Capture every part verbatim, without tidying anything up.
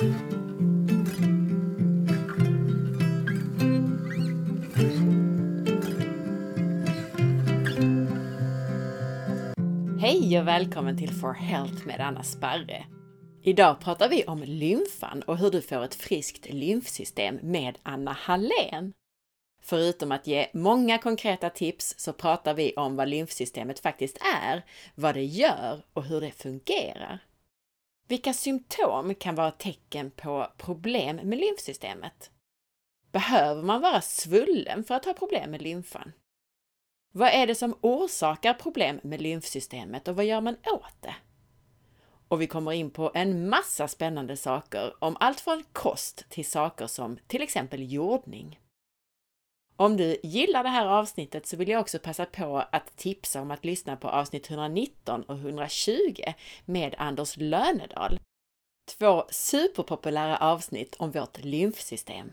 Hej och välkommen till For Health med Anna Sparre. Idag pratar vi om lymfan och hur du får ett friskt lymfsystem med Anna Hallén. Förutom att ge många konkreta tips så pratar vi om vad lymfsystemet faktiskt är, vad det gör och hur det fungerar. Vilka symptom kan vara tecken på problem med lymfsystemet? Behöver man vara svullen för att ha problem med lymfan? Vad är det som orsakar problem med lymfsystemet och vad gör man åt det? Och vi kommer in på en massa spännande saker om allt från kost till saker som till exempel jordning. Om du gillar det här avsnittet så vill jag också passa på att tipsa om att lyssna på avsnitt etthundranitton och etthundratjugo med Anders Lönedal. Två superpopulära avsnitt om vårt lymfsystem.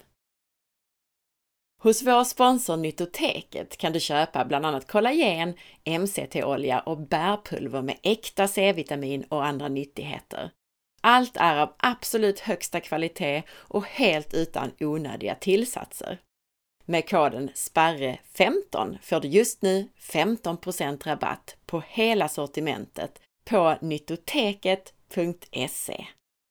Hos vår sponsor Nyttoteket kan du köpa bland annat kollagen, M C T-olja och bärpulver med äkta C-vitamin och andra nyttigheter. Allt är av absolut högsta kvalitet och helt utan onödiga tillsatser. Med koden sparre femton får du just nu femton procent rabatt på hela sortimentet på nyttoteket punkt se.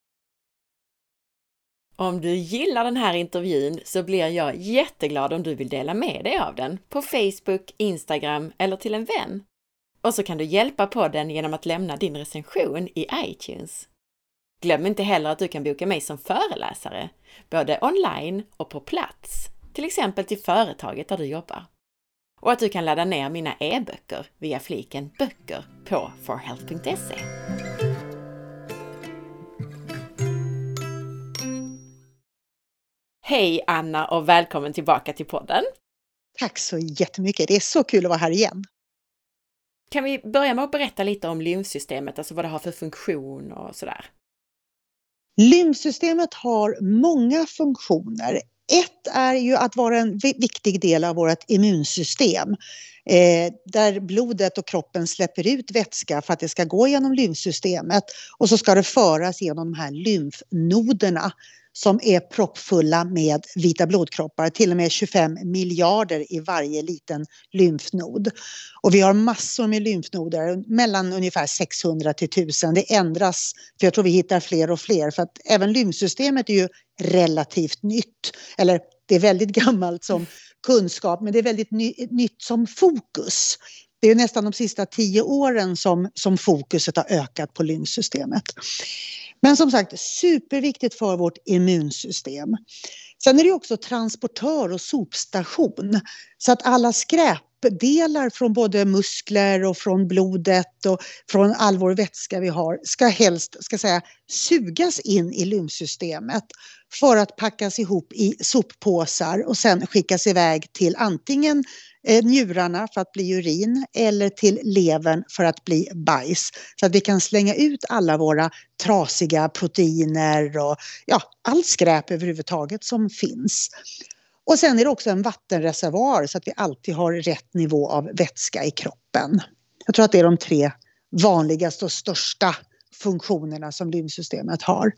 Om du gillar den här intervjun så blir jag jätteglad om du vill dela med dig av den på Facebook, Instagram eller till en vän. Och så kan du hjälpa podden genom att lämna din recension i iTunes. Glöm inte heller att du kan boka mig som föreläsare, både online och på plats, till exempel till företaget där du jobbar. Och att du kan ladda ner mina e-böcker via fliken böcker på for health punkt se. Hej Anna och välkommen tillbaka till podden. Tack så jättemycket, det är så kul att vara här igen. Kan vi börja med att berätta lite om lymfsystemet, alltså vad det har för funktion och sådär? Lymfsystemet har många funktioner. Ett är ju att vara en viktig del av vårt immunsystem. Eh, där blodet och kroppen släpper ut vätska för att det ska gå genom lymfsystemet. Och så ska det föras genom de här lymfnoderna som är proppfulla med vita blodkroppar. Till och med tjugofem miljarder i varje liten lymfnod. Och vi har massor med lymfnoder, mellan ungefär sexhundra till tusen. Det ändras, för jag tror vi hittar fler och fler. För att även lymfsystemet är ju relativt nytt. Eller det är väldigt gammalt som kunskap, men det är väldigt ny, nytt som fokus. Det är nästan de sista tio åren som, som fokuset har ökat på lymfsystemet. Men som sagt, superviktigt för vårt immunsystem. Sen är det också transportör och sopstation. Så att alla skräpdelar från både muskler och från blodet och från all vår vätska vi har ska helst ska säga, sugas in i lymfsystemet för att packas ihop i soppåsar och sen skickas iväg till antingen njurarna för att bli urin eller till levern för att bli bajs. Så att vi kan slänga ut alla våra trasiga proteiner och ja, allt skräp överhuvudtaget som finns. Och sen är det också en vattenreservoar så att vi alltid har rätt nivå av vätska i kroppen. Jag tror att det är de tre vanligaste och största funktionerna som lymfsystemet har.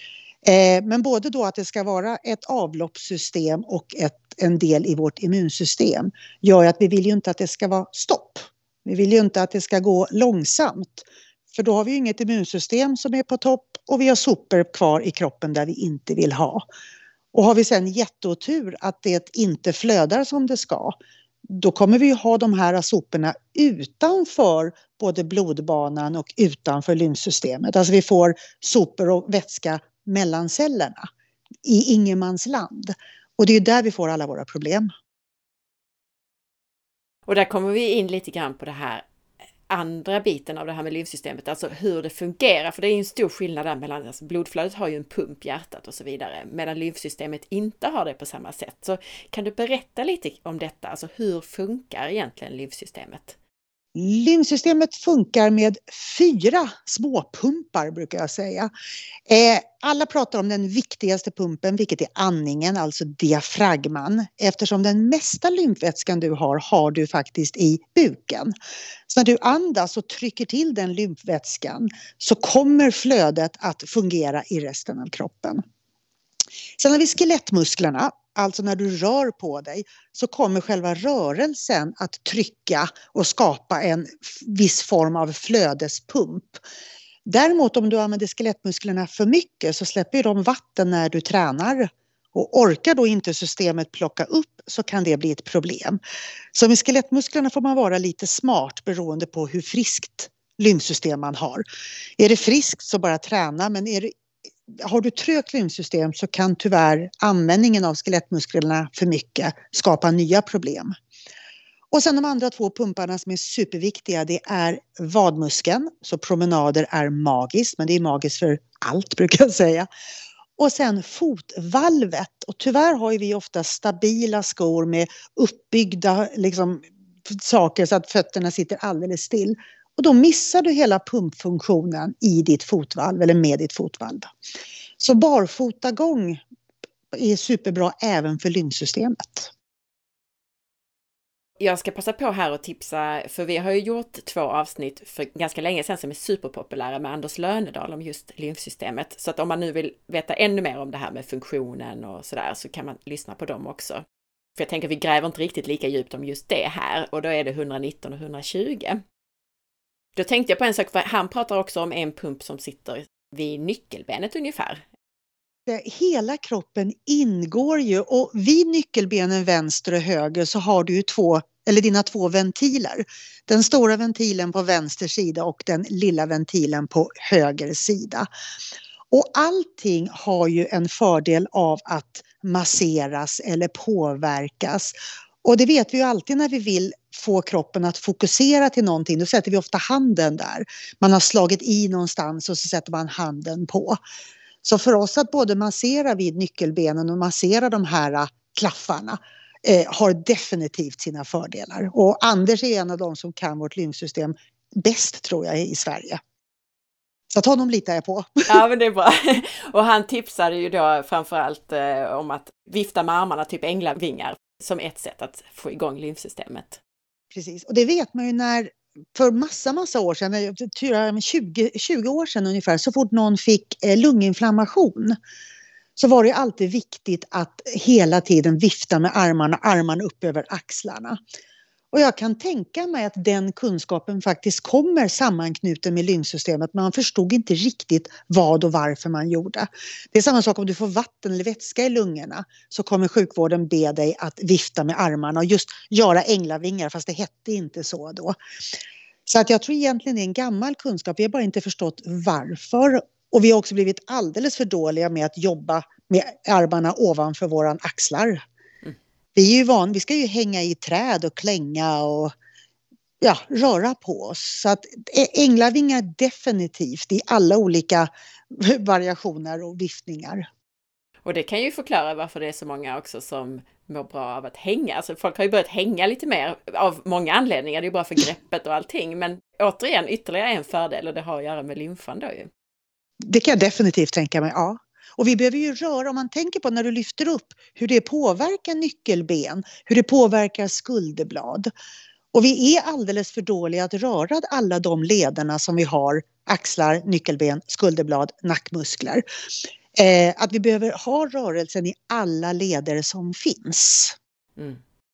Eh, men både då att det ska vara ett avloppssystem och ett, en del i vårt immunsystem gör att vi vill ju inte att det ska vara stopp. Vi vill ju inte att det ska gå långsamt. För då har vi ju inget immunsystem som är på topp och vi har sopor kvar i kroppen där vi inte vill ha. Och har vi sen jätteotur att det inte flödar som det ska, då kommer vi ju ha de här soporna utanför både blodbanan och utanför lymfsystemet. Alltså vi får sopor och vätska mellan cellerna i ingenmansland. Och det är ju där vi får alla våra problem. Och där kommer vi in lite grann på det här andra biten av det här med lymfsystemet, alltså hur det fungerar. För det är en stor skillnad där mellan, alltså blodflödet har ju en pump, hjärtat och så vidare, medan lymfsystemet inte har det på samma sätt. Så kan du berätta lite om detta, alltså hur funkar egentligen lymfsystemet? Lymfsystemet funkar med fyra småpumpar brukar jag säga. Eh, alla pratar om den viktigaste pumpen, vilket är andningen, alltså diafragman. Eftersom den mesta lymfvätskan du har, har du faktiskt i buken. Så när du andas och trycker till den lymfvätskan så kommer flödet att fungera i resten av kroppen. Sen har vi skelettmusklerna. Alltså när du rör på dig så kommer själva rörelsen att trycka och skapa en viss form av flödespump. Däremot om du använder skelettmusklerna för mycket så släpper de vatten när du tränar. Och orkar då inte systemet plocka upp så kan det bli ett problem. Så med skelettmusklerna får man vara lite smart beroende på hur friskt lymfsystem man har. Är det friskt så bara träna, men är det har du trögt lymfsystem så kan tyvärr användningen av skelettmusklerna för mycket skapa nya problem. Och sen de andra två pumparna som är superviktiga, det är vadmuskeln. Så promenader är magiskt, men det är magiskt för allt brukar jag säga. Och sen fotvalvet. Och tyvärr har ju vi ofta stabila skor med uppbyggda liksom, saker så att fötterna sitter alldeles still. Och då missar du hela pumpfunktionen i ditt fotvalv eller med ditt fotvalv. Så barfotagång är superbra även för lymfsystemet. Jag ska passa på här och tipsa, för vi har ju gjort två avsnitt för ganska länge sedan som är superpopulära med Anders Lönedal om just lymfsystemet. Så att om man nu vill veta ännu mer om det här med funktionen och sådär så kan man lyssna på dem också. För jag tänker att vi gräver inte riktigt lika djupt om just det här och då är det etthundranitton och etthundratjugo. Då tänkte jag på en sak, för han pratar också om en pump som sitter vid nyckelbenet ungefär. Hela kroppen ingår ju, och vid nyckelbenen vänster och höger så har du ju två, eller dina två ventiler. Den stora ventilen på vänster sida och den lilla ventilen på höger sida. Och allting har ju en fördel av att masseras eller påverkas. Och det vet vi ju alltid när vi vill få kroppen att fokusera till någonting. Då sätter vi ofta handen där. Man har slagit i någonstans och så sätter man handen på. Så för oss att både massera vid nyckelbenen och massera de här klaffarna eh, har definitivt sina fördelar. Och Anders är en av de som kan vårt lymfsystem bäst tror jag i Sverige. Så att honom litar jag på. Ja, men det är bra. Och han tipsade ju då framförallt eh, om att vifta med armarna, typ änglavingar, som ett sätt att få igång lymfsystemet. Precis, och det vet man ju när, för massa massa år sedan, tjugo, tjugo år sedan ungefär, så fort någon fick eh, lunginflammation så var det alltid viktigt att hela tiden vifta med armarna, armarna upp över axlarna. Och jag kan tänka mig att den kunskapen faktiskt kommer sammanknuten med lymfsystemet. Man förstod inte riktigt vad och varför man gjorde. Det är samma sak om du får vatten eller vätska i lungorna så kommer sjukvården be dig att vifta med armarna och just göra änglavingar, fast det hette inte så då. Så att jag tror egentligen det är en gammal kunskap. Vi har bara inte förstått varför. Och vi har också blivit alldeles för dåliga med att jobba med armarna ovanför våran axlar. Vi är ju van, vi ska ju hänga i träd och klänga och ja, röra på oss. Så att änglavingar definitivt i alla olika variationer och viftningar. Och det kan ju förklara varför det är så många också som mår bra av att hänga. Alltså folk har ju börjat hänga lite mer av många anledningar. Det är ju bara för greppet och allting. Men återigen ytterligare en fördel och det har att göra med lymfan då ju. Det kan jag definitivt tänka mig, ja. Och vi behöver ju röra, om man tänker på när du lyfter upp hur det påverkar nyckelben, hur det påverkar skulderblad. Och vi är alldeles för dåliga att röra alla de lederna som vi har, axlar, nyckelben, skulderblad, nackmuskler. Eh, att vi behöver ha rörelsen i alla leder som finns. Mm.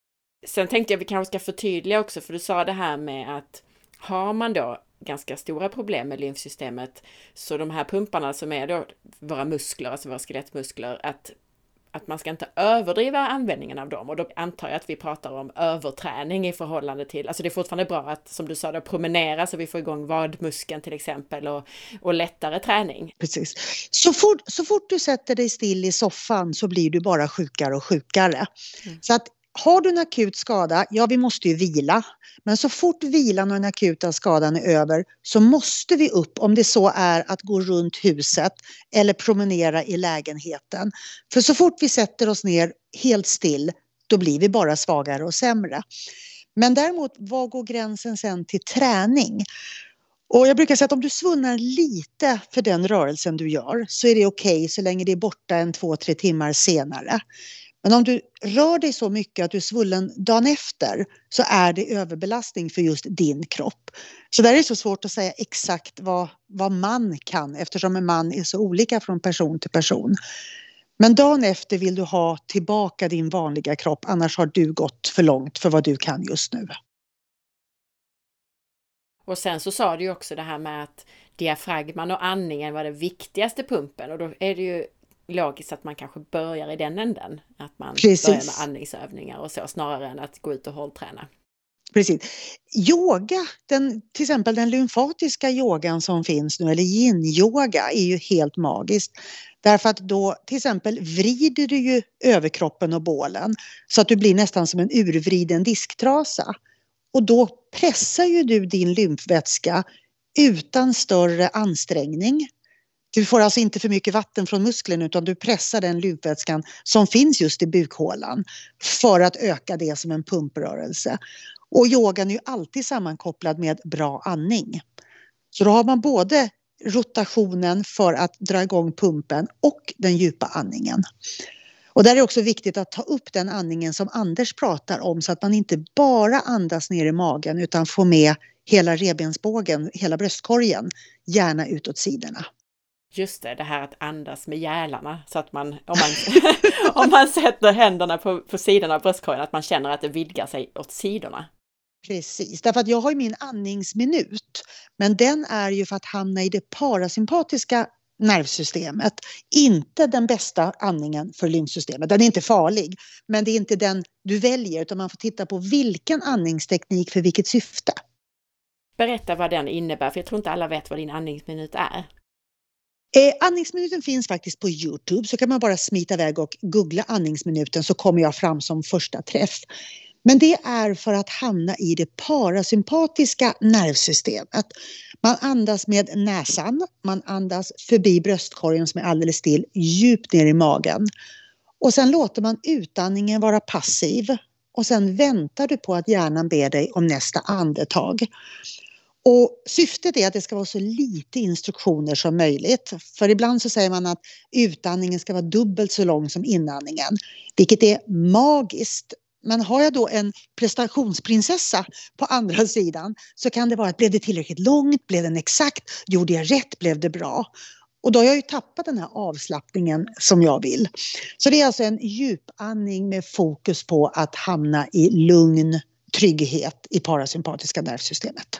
Sen tänkte jag att vi kanske ska förtydliga också, för du sa det här med att har man då ganska stora problem med lymfsystemet, så de här pumparna som är då våra muskler, alltså våra skelettmuskler, att, att man ska inte överdriva användningen av dem. Och då antar jag att vi pratar om överträning i förhållande till, alltså det är fortfarande bra att, som du sa, då, promenera så vi får igång vadmuskeln till exempel och, och lättare träning. Precis. Så fort, så fort du sätter dig still i soffan så blir du bara sjukare och sjukare. Mm. Så att har du en akut skada, ja vi måste ju vila. Men så fort vilan och den akuta skadan är över så måste vi upp, om det så är att gå runt huset eller promenera i lägenheten. För så fort vi sätter oss ner helt still, då blir vi bara svagare och sämre. Men däremot, var går gränsen sen till träning? Och jag brukar säga att om du svullnar lite för den rörelsen du gör så är det okej så länge det är borta en två, tre timmar senare. Men om du rör dig så mycket att du är svullen dagen efter så är det överbelastning för just din kropp. Så där är det så svårt att säga exakt vad, vad man kan eftersom en man är så olika från person till person. Men dagen efter vill du ha tillbaka din vanliga kropp, annars har du gått för långt för vad du kan just nu. Och sen så sa du ju också det här med att diafragman och andningen var den viktigaste pumpen. Och då är det ju logiskt att man kanske börjar i den änden. Att man Precis. börjar med andningsövningar och så snarare än att gå ut och hållträna. Precis. Yoga, den, till exempel den lymfatiska yogan som finns nu, eller yin-yoga, är ju helt magiskt. Därför att då till exempel vrider du ju överkroppen och bålen så att du blir nästan som en urvriden disktrasa. Och då pressar ju du din lymfvätska utan större ansträngning. Du får alltså inte för mycket vatten från musklerna utan du pressar den lymfvätskan som finns just i bukhålan för att öka det som en pumprörelse. Och yogan är ju alltid sammankopplad med bra andning. Så då har man både rotationen för att dra igång pumpen och den djupa andningen. Och där är det också viktigt att ta upp den andningen som Anders pratar om så att man inte bara andas ner i magen utan får med hela revbensbågen, hela bröstkorgen, gärna utåt sidorna. Just det, det här att andas med gälarna så att man, om man, om man sätter händerna på, på sidan av bröstkorgen, att man känner att det vidgar sig åt sidorna. Precis, därför att jag har ju min andningsminut, men den är ju för att hamna i det parasympatiska nervsystemet, inte den bästa andningen för lymfsystemet. Den är inte farlig, men det är inte den du väljer utan man får titta på vilken andningsteknik för vilket syfte. Berätta vad den innebär, för jag tror inte alla vet vad din andningsminut är. Eh, andningsminuten finns faktiskt på YouTube, så kan man bara smita iväg och googla andningsminuten så kommer jag fram som första träff. Men det är för att hamna i det parasympatiska nervsystemet. Man andas med näsan, man andas förbi bröstkorgen som är alldeles still, djupt ner i magen. Och sen låter man utandningen vara passiv och sen väntar du på att hjärnan ber dig om nästa andetag. Och syftet är att det ska vara så lite instruktioner som möjligt. För ibland så säger man att utandningen ska vara dubbelt så lång som inandningen, vilket är magiskt. Men har jag då en prestationsprinsessa på andra sidan så kan det vara att blev det tillräckligt långt, blev den exakt, gjorde jag rätt, blev det bra. Och då har jag ju tappat den här avslappningen som jag vill. Så det är alltså en djupandning med fokus på att hamna i lugn, trygghet i parasympatiska nervsystemet.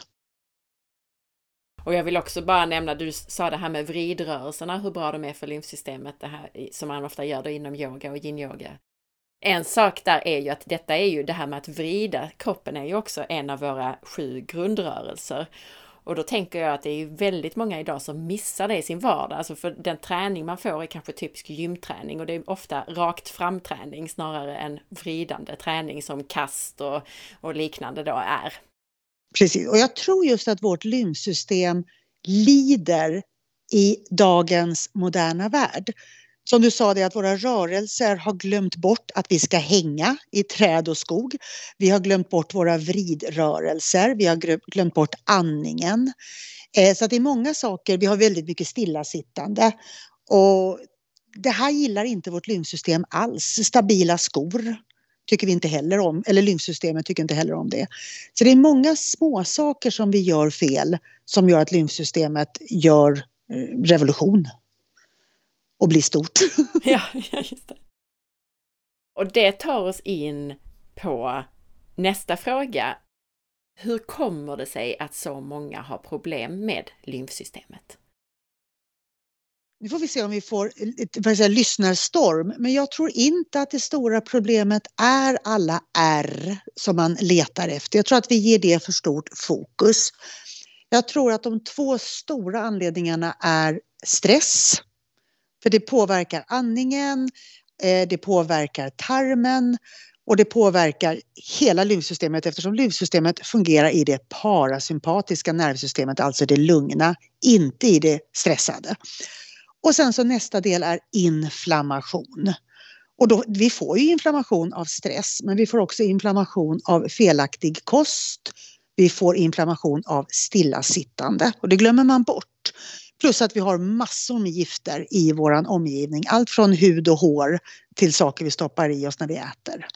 Och jag vill också bara nämna, du sa det här med vridrörelserna, hur bra de är för lymfsystemet, det här som man ofta gör då inom yoga och yin-yoga. En sak där är ju att detta är ju det här med att vrida kroppen är ju också en av våra sju grundrörelser. Och då tänker jag att det är ju väldigt många idag som missar det i sin vardag. Alltså för den träning man får är kanske typisk gymträning och det är ofta rakt framträning snarare än vridande träning som kast och, och liknande då är. Precis, och jag tror just att vårt lymfsystem lider i dagens moderna värld. Som du sa, det att våra rörelser har glömt bort att vi ska hänga i träd och skog. Vi har glömt bort våra vridrörelser, vi har glömt bort andningen. Så att det är många saker, vi har väldigt mycket stillasittande. Och det här gillar inte vårt lymfsystem alls. Stabila skor tycker vi inte heller om, eller lymfsystemet tycker inte heller om det. Så det är många små saker som vi gör fel som gör att lymfsystemet gör revolution. Och blir stort. Ja, just det. Och det tar oss in på nästa fråga. Hur kommer det sig att så många har problem med lymfsystemet? Nu får vi se om vi får ett säga, lyssnarstorm. Men jag tror inte att det stora problemet är alla R som man letar efter. Jag tror att vi ger det för stort fokus. Jag tror att de två stora anledningarna är stress. För det påverkar andningen, det påverkar tarmen och det påverkar hela lymfsystemet eftersom lymfsystemet fungerar i det parasympatiska nervsystemet, alltså det lugna, inte i det stressade. Och sen så nästa del är inflammation. Och då, vi får ju inflammation av stress, men vi får också inflammation av felaktig kost. Vi får inflammation av stillasittande och det glömmer man bort. Plus att vi har massor med gifter i våran omgivning. Allt från hud och hår till saker vi stoppar i oss när vi äter.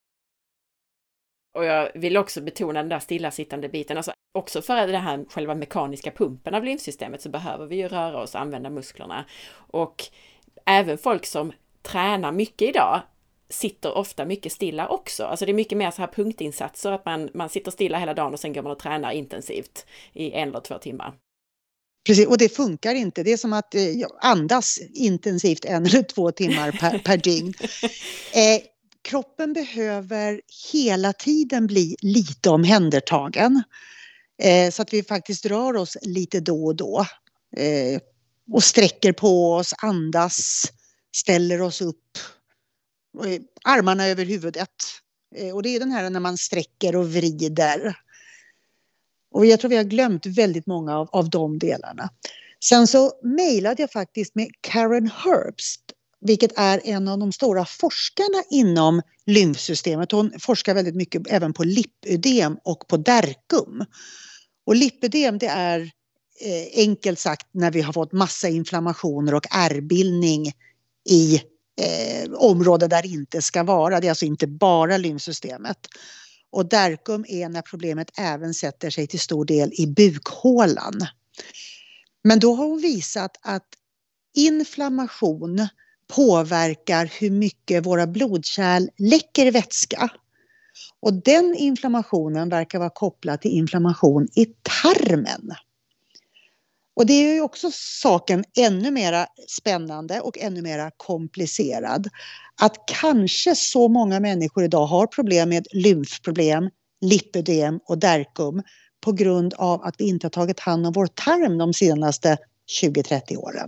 Och jag vill också betona den där stillasittande biten. Alltså också för det här själva mekaniska pumpen av lymfsystemet så behöver vi ju röra oss och använda musklerna. Och även folk som tränar mycket idag sitter ofta mycket stilla också. Alltså det är mycket mer så här punktinsatser att man, man sitter stilla hela dagen och sen går man och tränar intensivt i en eller två timmar. Precis, och det funkar inte. Det är som att eh, andas intensivt en eller två timmar per, per dygn. Eh, kroppen behöver hela tiden bli lite omhändertagen. Eh, så att vi faktiskt rör oss lite då och då. Eh, och sträcker på oss, andas, ställer oss upp. Eh, armarna över huvudet. Eh, och det är den här när man sträcker och vrider. Och jag tror vi har glömt väldigt många av, av de delarna. Sen så mejlade jag faktiskt med Karen Herbst, vilket är en av de stora forskarna inom lymfsystemet. Hon forskar väldigt mycket även på lipödem och på derkum. Och lipödem det är eh, enkelt sagt när vi har fått massa inflammationer och ärrbildning i eh, områden där det inte ska vara. Det är alltså inte bara lymfsystemet. Och derkum är när problemet även sätter sig till stor del i bukhålan. Men då har hon visat att inflammation påverkar hur mycket våra blodkärl läcker vätska. Och den inflammationen verkar vara kopplad till inflammation i tarmen. Och det är ju också saken ännu mer spännande och ännu mer komplicerad. Att kanske så många människor idag har problem med lymfproblem, lipödem och derkum på grund av att vi inte har tagit hand om vår tarm de senaste tjugo till trettio åren.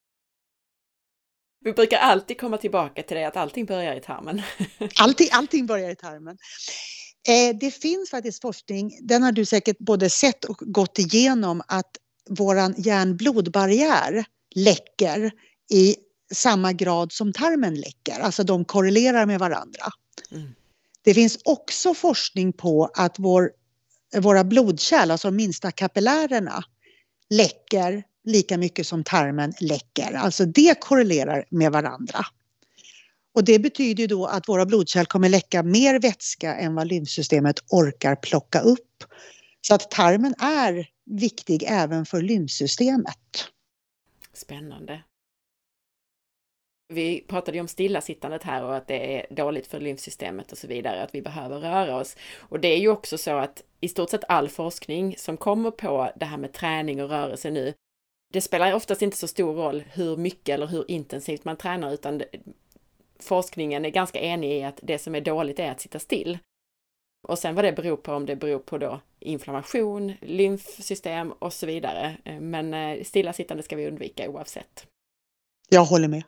Vi brukar alltid komma tillbaka till det att allting börjar i tarmen. Allting, allting börjar i tarmen. Eh, det finns faktiskt forskning, den har du säkert både sett och gått igenom, att våran hjärn-blodbarriär läcker i samma grad som tarmen läcker. Alltså de korrelerar med varandra. Mm. Det finns också forskning på att vår, våra blodkärl, alltså de minsta kapillärerna, läcker lika mycket som tarmen läcker. Alltså det korrelerar med varandra. Och det betyder ju då att våra blodkärl kommer läcka mer vätska än vad lymfsystemet orkar plocka upp. Så att tarmen är viktig även för lymfsystemet. Spännande. Vi pratade ju om stillasittandet här och att det är dåligt för lymfsystemet och så vidare, att vi behöver röra oss. Och det är ju också så att i stort sett all forskning som kommer på det här med träning och rörelse nu, det spelar oftast inte så stor roll hur mycket eller hur intensivt man tränar, utan forskningen är ganska enig i att det som är dåligt är att sitta still. Och sen vad det beror på, om det beror på då inflammation, lymfsystem och så vidare. Men stillasittande ska vi undvika oavsett. Jag håller med.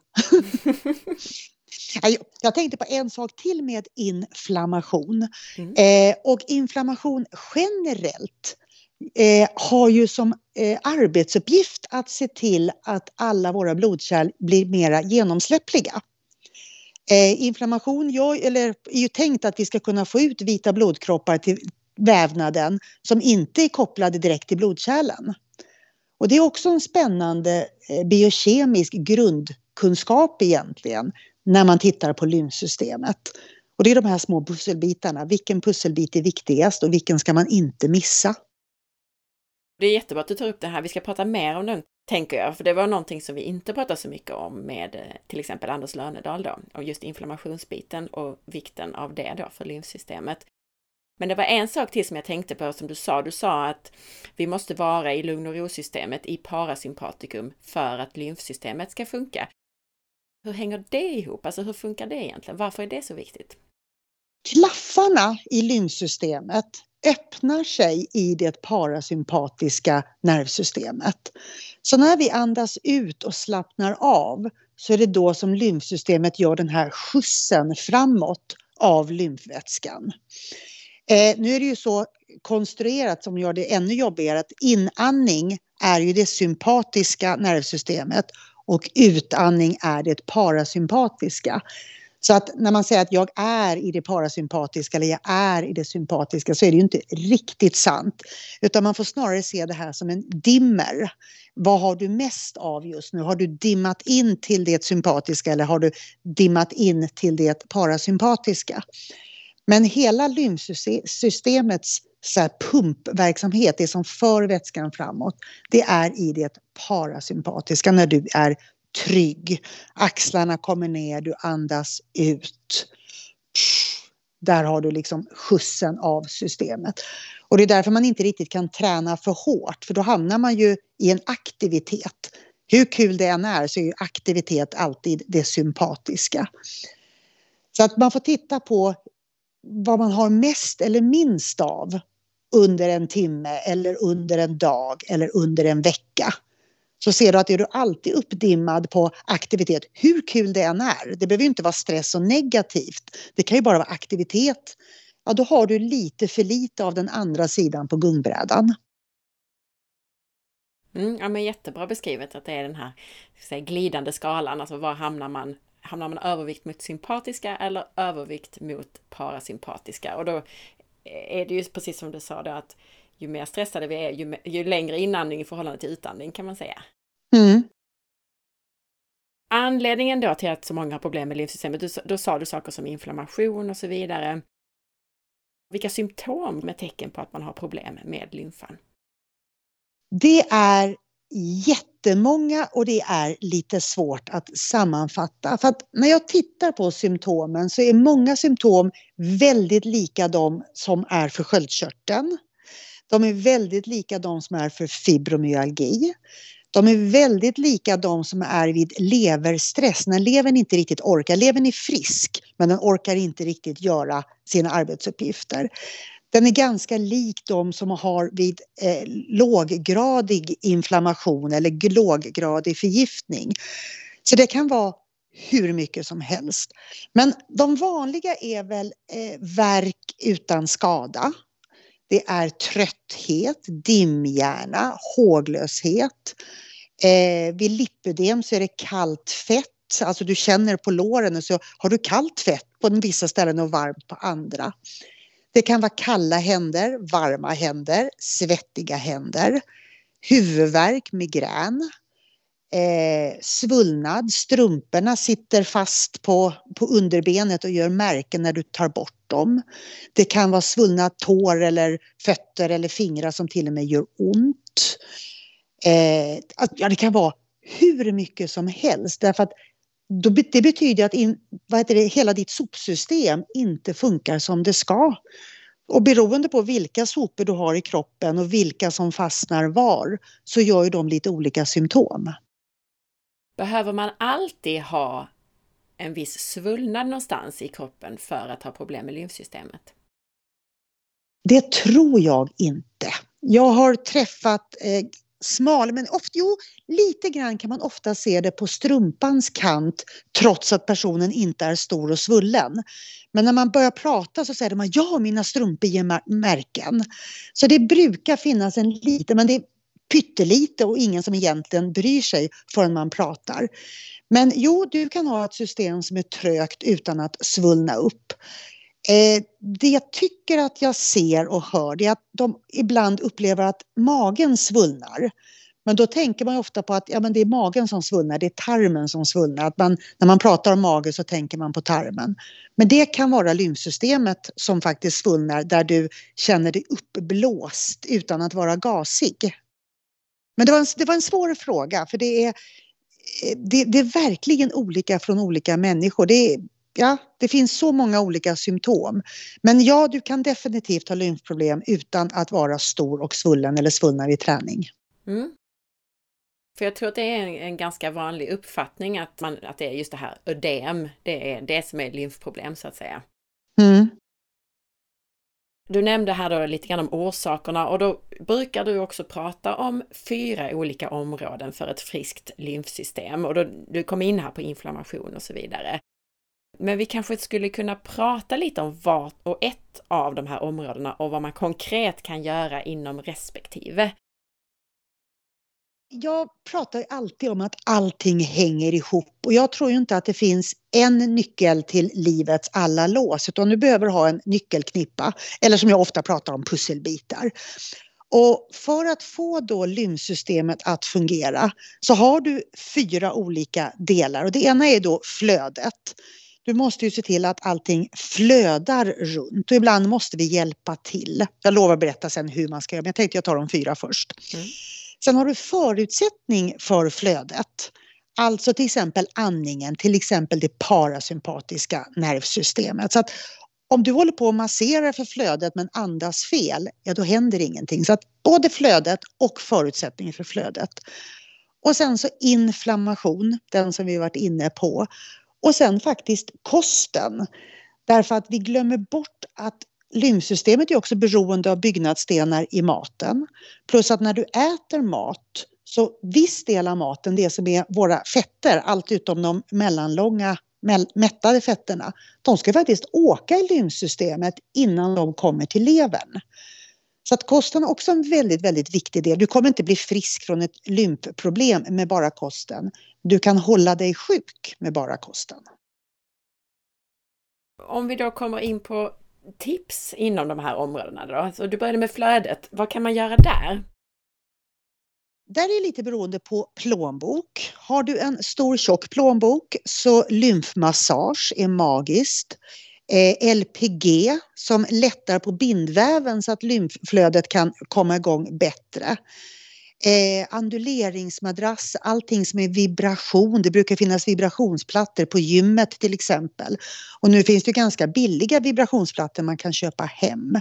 Jag tänkte på en sak till med inflammation. Mm. Eh, och inflammation generellt eh, har ju som eh, arbetsuppgift att se till att alla våra blodkärl blir mera genomsläppliga. Eh, inflammation gör, eller, är ju tänkt att vi ska kunna få ut vita blodkroppar till vävnaden som inte är kopplade direkt till blodkärlen. Och det är också en spännande eh, biokemisk grundkunskap egentligen när man tittar på lymfsystemet. Och det är de här små pusselbitarna. Vilken pusselbit är viktigast och vilken ska man inte missa? Det är jättebra att du tar upp det här. Vi ska prata mer om den, tänker jag. För det var någonting som vi inte pratade så mycket om med till exempel Anders Lönedal då. Och just inflammationsbiten och vikten av det då för lymfsystemet. Men det var en sak till som jag tänkte på som du sa. Du sa att vi måste vara i lugn- och ro-systemet i parasympatikum för att lymfsystemet ska funka. Hur hänger det ihop? Alltså hur funkar det egentligen? Varför är det så viktigt? Klaffarna i lymfsystemet öppnar sig i det parasympatiska nervsystemet. Så när vi andas ut och slappnar av så är det då som lymfsystemet gör den här skjutsen framåt av lymfvätskan. Eh, nu är det ju så konstruerat som gör det ännu jobbigare att inandning är ju det sympatiska nervsystemet och utandning är det parasympatiska. Så att när man säger att jag är i det parasympatiska eller jag är i det sympatiska så är det ju inte riktigt sant. Utan man får snarare se det här som en dimmer. Vad har du mest av just nu? Har du dimmat in till det sympatiska eller har du dimmat in till det parasympatiska? Men hela lymfsystemets så här pumpverksamhet, det som för vätskan framåt, det är i det parasympatiska när du är trygg. Axlarna kommer ner, du andas ut. Där har du liksom skjutsen av systemet. Och det är därför man inte riktigt kan träna för hårt. För då hamnar man ju i en aktivitet. Hur kul det än är så är ju aktivitet alltid det sympatiska. Så att man får titta på vad man har mest eller minst av under en timme eller under en dag eller under en vecka. Så ser du att är du alltid uppdimmad på aktivitet, hur kul det än är. Det behöver ju inte vara stress och negativt. Det kan ju bara vara aktivitet. Ja, då har du lite för lite av den andra sidan på gungbrädan. Mm, ja, men jättebra beskrivet att det är den här säga, glidande skalan. Alltså var hamnar man? Hamnar man övervikt mot sympatiska eller övervikt mot parasympatiska? Och då är det ju precis som du sa då, att ju mer stressade vi är, ju, ju längre inandning i förhållande till utandning kan man säga. Mm. Anledningen då till att så många har problem med lymfsystemet, då, då sa du saker som inflammation och så vidare. Vilka symptom med tecken på att man har problem med lymfan? Det är jättemånga och det är lite svårt att sammanfatta. För att när jag tittar på symptomen så är många symptom väldigt lika de som är för sköldkörteln. De är väldigt lika de som är för fibromyalgi. De är väldigt lika de som är vid leverstress. När levern inte riktigt orkar. Levern är frisk men den orkar inte riktigt göra sina arbetsuppgifter. Den är ganska lik de som har vid eh, låggradig inflammation eller låggradig förgiftning. Så det kan vara hur mycket som helst. Men de vanliga är väl eh, värk utan skada. Det är trötthet, dimhjärna, håglöshet. Eh, vid lipödem så är det kallt fett. Alltså du känner på låren så har du kallt fett på vissa ställen och varmt på andra. Det kan vara kalla händer, varma händer, svettiga händer, huvudvärk, migrän, eh, svullnad, strumporna sitter fast på, på underbenet och gör märken när du tar bort dem. Det kan vara svullna tår eller fötter eller fingrar som till och med gör ont. Eh, ja, det kan vara hur mycket som helst därför att då, det betyder att in, vad heter det, hela ditt sopsystem inte funkar som det ska. Och beroende på vilka sopor du har i kroppen och vilka som fastnar var så gör ju de lite olika symptom. Behöver man alltid ha en viss svullnad någonstans i kroppen för att ha problem med lymfsystemet? Det tror jag inte. Jag har träffat eh, smal, men ofta, jo, lite grann kan man ofta se det på strumpans kant trots att personen inte är stor och svullen. Men när man börjar prata så säger man ja, mina strumpor ger märken. Så det brukar finnas en liten, men det är pyttelite och ingen som egentligen bryr sig förrän man pratar. Men jo, du kan ha ett system som är trögt utan att svullna upp. Eh, det jag tycker att jag ser och hör det är att de ibland upplever att magen svullnar. Men då tänker man ofta på att ja, men det är magen som svullnar, det är tarmen som svullnar. Att man, när man pratar om magen så tänker man på tarmen. Men det kan vara lymfsystemet som faktiskt svullnar där du känner dig uppblåst utan att vara gasig. Men det var en, det var en svår fråga för det är, det, det är verkligen olika från olika människor. Det är, ja, det finns så många olika symptom. Men ja, du kan definitivt ha lymfproblem utan att vara stor och svullen eller svullna vid träning. Mm. För jag tror att det är en, en ganska vanlig uppfattning att, man, att det är just det här ödem, det är det som är lymfproblem så att säga. Mm. Du nämnde här då lite grann om orsakerna och då brukar du också prata om fyra olika områden för ett friskt lymfsystem och då, du kom in här på inflammation och så vidare. Men vi kanske skulle kunna prata lite om vart och ett av de här områdena och vad man konkret kan göra inom respektive. Jag pratar alltid om att allting hänger ihop och jag tror ju inte att det finns en nyckel till livets alla lås, utan du behöver ha en nyckelknippa, eller som jag ofta pratar om, pusselbitar. Och för att få då lymfsystemet att fungera så har du fyra olika delar, och det ena är då flödet. Du måste ju se till att allting flödar runt och ibland måste vi hjälpa till. Jag lovar att berätta sen hur man ska göra, men jag tänkte jag tar de fyra först. Mm. Sen har du förutsättning för flödet. Alltså till exempel andningen, till exempel det parasympatiska nervsystemet. Så att om du håller på att massera för flödet men andas fel, ja då händer ingenting. Så att både flödet och förutsättningen för flödet. Och sen så inflammation, den som vi varit inne på. Och sen faktiskt kosten. Därför att vi glömmer bort att lymfsystemet är också beroende av byggnadsstenar i maten. Plus att när du äter mat, så viss del av maten, det som är våra fetter, allt utom de mellanlånga mättade fetterna, de ska faktiskt åka i lymfsystemet innan de kommer till levern. Så att kosten är också en väldigt, väldigt viktig del. Du kommer inte bli frisk från ett lymfproblem med bara kosten. Du kan hålla dig sjuk med bara kosten. Om vi då kommer in på tips inom de här områdena då. Så du började med flödet. Vad kan man göra där? Där är lite beroende på plånbok. Har du en stor tjock plånbok så lymfmassage är magiskt. Eh, L P G som lättar på bindväven så att lymfflödet kan komma igång bättre. Eh, anduleringsmadrass, allting som är vibration. Det brukar finnas vibrationsplattor på gymmet till exempel. Och nu finns det ganska billiga vibrationsplattor man kan köpa hem.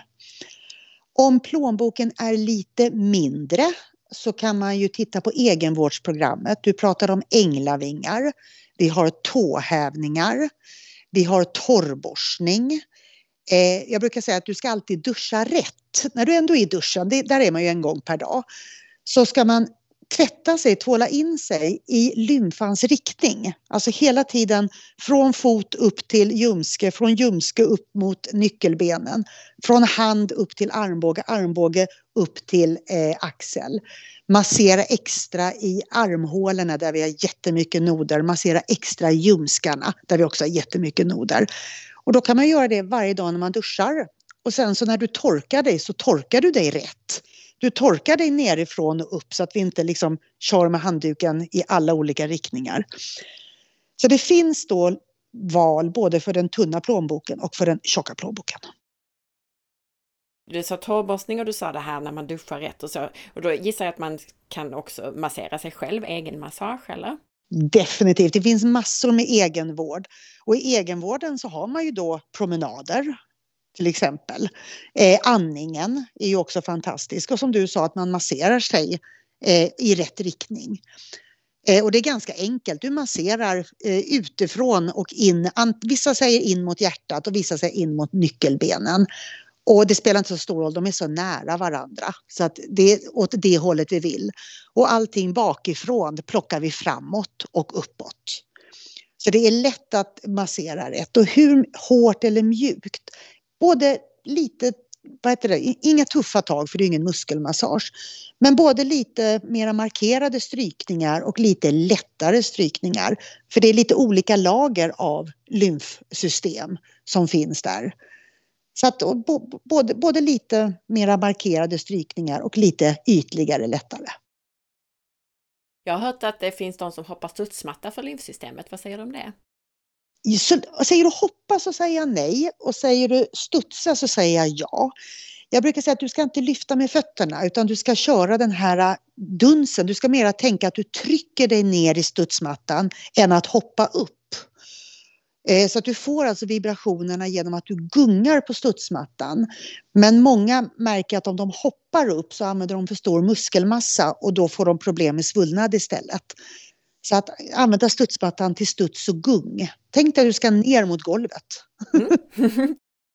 Om plånboken är lite mindre så kan man ju titta på egenvårdsprogrammet. Du pratar om änglavingar. Vi har tåhävningar. Vi har torrborstning. Eh, jag brukar säga att du ska alltid duscha rätt. När du ändå är i duschen, det, där är man ju en gång per dag. Så ska man tvätta sig, tvåla in sig i lymfans riktning. Alltså hela tiden från fot upp till ljumske, från ljumske upp mot nyckelbenen. Från hand upp till armbåge, armbåge upp till eh, axel. Massera extra i armhålorna där vi har jättemycket noder. Massera extra i ljumskarna där vi också har jättemycket noder. Och då kan man göra det varje dag när man duschar. Och sen så när du torkar dig så torkar du dig rätt. Du torkar dig nerifrån och upp så att vi inte liksom kör med handduken i alla olika riktningar. Så det finns då val både för den tunna plånboken och för den tjocka plånboken. Du sa torrborstning och du sa det här när man duschar rätt och så. Och då gissar jag att man kan också massera sig själv, egen massage eller? Definitivt, det finns massor med egenvård. Och i egenvården så har man ju då promenader. Till exempel. Eh, andningen är ju också fantastisk. Och som du sa att man masserar sig eh, i rätt riktning. Eh, och det är ganska enkelt. Du masserar eh, utifrån och in. An- vissa säger in mot hjärtat och vissa säger in mot nyckelbenen. Och det spelar inte så stor roll, de är så nära varandra. Så att det är åt det hållet vi vill. Och allting bakifrån det plockar vi framåt och uppåt. Så det är lätt att massera rätt. Och hur hårt eller mjukt? Både lite, vad heter det, inga tuffa tag för det är ingen muskelmassage. Men både lite mera markerade strykningar och lite lättare strykningar. För det är lite olika lager av lymfsystem som finns där. Så att både, både lite mera markerade strykningar och lite ytligare lättare. Jag har hört att det finns de som hoppar studsmatta för lymfsystemet. Vad säger du om det? Så, säger du hoppa så säger jag nej och säger du studsa så säger jag ja. Jag brukar säga att du ska inte lyfta med fötterna utan du ska köra den här dunsen. Du ska mera tänka att du trycker dig ner i studsmattan än att hoppa upp. Så att du får alltså vibrationerna genom att du gungar på studsmattan. Men många märker att om de hoppar upp så använder de för stor muskelmassa och då får de problem med svullnad istället. Så att använda studsmattan till studs och gung. Tänk dig att du ska ner mot golvet. Mm.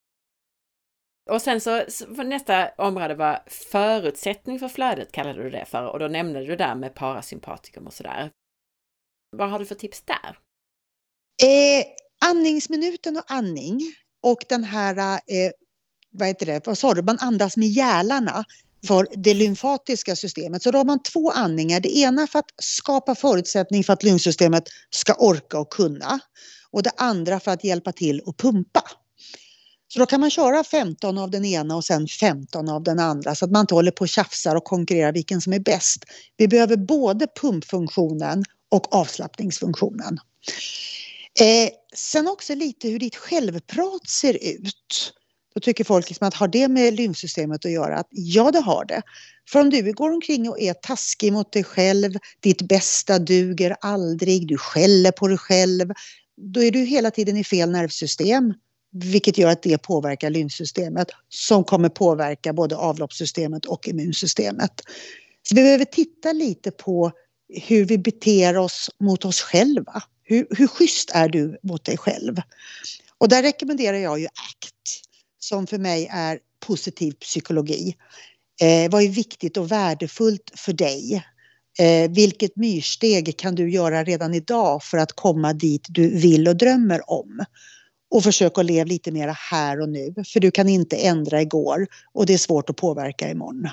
Och sen så nästa område var förutsättning för flödet kallade du det för. Och då nämnde du där med parasympatikum och sådär. Vad har du för tips där? Eh, andningsminuten och andning. Och den här, eh, vad heter det, vad sa du, man andas med gälarna. för det lymfatiska systemet. Så då har man två andningar. Det ena för att skapa förutsättning för att lymfsystemet ska orka och kunna. Och det andra för att hjälpa till att pumpa. Så då kan man köra femton av den ena och sen femton av den andra. Så att man inte håller på och tjafsar och konkurrerar vilken som är bäst. Vi behöver både pumpfunktionen och avslappningsfunktionen. Eh, sen också lite hur ditt självprat ser ut. Då tycker folk liksom att har det med lymfsystemet att göra? Att ja, det har det. För om du går omkring och är taskig mot dig själv, ditt bästa duger aldrig, du skäller på dig själv, då är du hela tiden i fel nervsystem. Vilket gör att det påverkar lymfsystemet som kommer påverka både avloppssystemet och immunsystemet. Så vi behöver titta lite på hur vi beter oss mot oss själva. Hur, hur schysst är du mot dig själv? Och där rekommenderar jag ju A C T som för mig är positiv psykologi. Eh, vad är viktigt och värdefullt för dig? Eh, vilket myrsteg kan du göra redan idag för att komma dit du vill och drömmer om? Och försök att leva lite mer här och nu. För du kan inte ändra igår och det är svårt att påverka imorgon.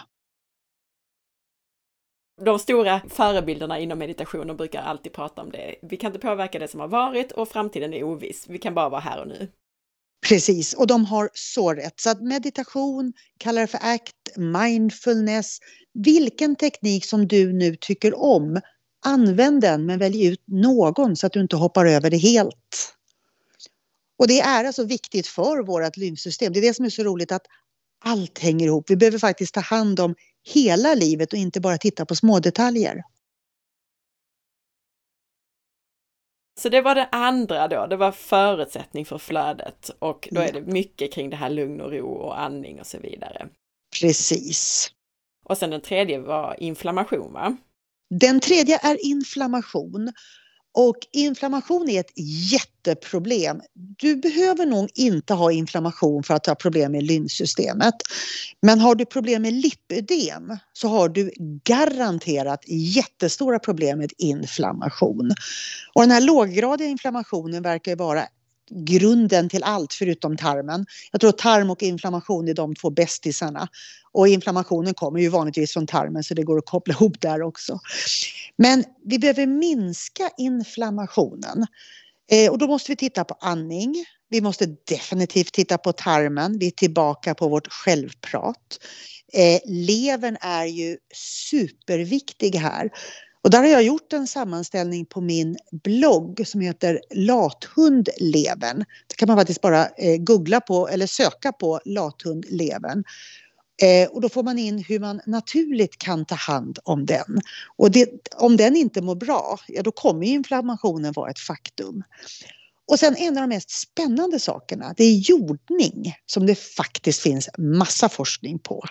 De stora förebilderna inom meditationen brukar alltid prata om det. Vi kan inte påverka det som har varit och framtiden är oviss. Vi kan bara vara här och nu. Precis, och de har så rätt. Så att meditation, kallar det för A C T, mindfulness. Vilken teknik som du nu tycker om, använd den men välj ut någon så att du inte hoppar över det helt. Och det är alltså viktigt för vårt lymfsystem. Det är det som är så roligt att allt hänger ihop. Vi behöver faktiskt ta hand om hela livet och inte bara titta på små detaljer. Så det var det andra då, det var förutsättning för flödet och då är det mycket kring det här lugn och ro och andning och så vidare. Precis. Och sen den tredje var inflammation, va? Den tredje är inflammation. Och inflammation är ett jätteproblem. Du behöver nog inte ha inflammation för att ha problem med lymfsystemet. Men har du problem med lipödem så har du garanterat jättestora problem med inflammation. Och den här låggradiga inflammationen verkar ju vara grunden till allt förutom tarmen. Jag tror att tarm och inflammation är de två bästisarna. Och inflammationen kommer ju vanligtvis från tarmen så det går att koppla ihop där också. Men vi behöver minska inflammationen. Eh, och då måste vi titta på andning. Vi måste definitivt titta på tarmen. Vi är tillbaka på vårt självprat. Eh, levern är ju superviktig här. Och där har jag gjort en sammanställning på min blogg som heter Lathundlevern. Det kan man faktiskt bara eh, googla på eller söka på Lathundlevern. Eh, och då får man in hur man naturligt kan ta hand om den. Och det, om den inte mår bra, ja då kommer inflammationen vara ett faktum. Och sen en av de mest spännande sakerna, det är jordning som det faktiskt finns massa forskning på.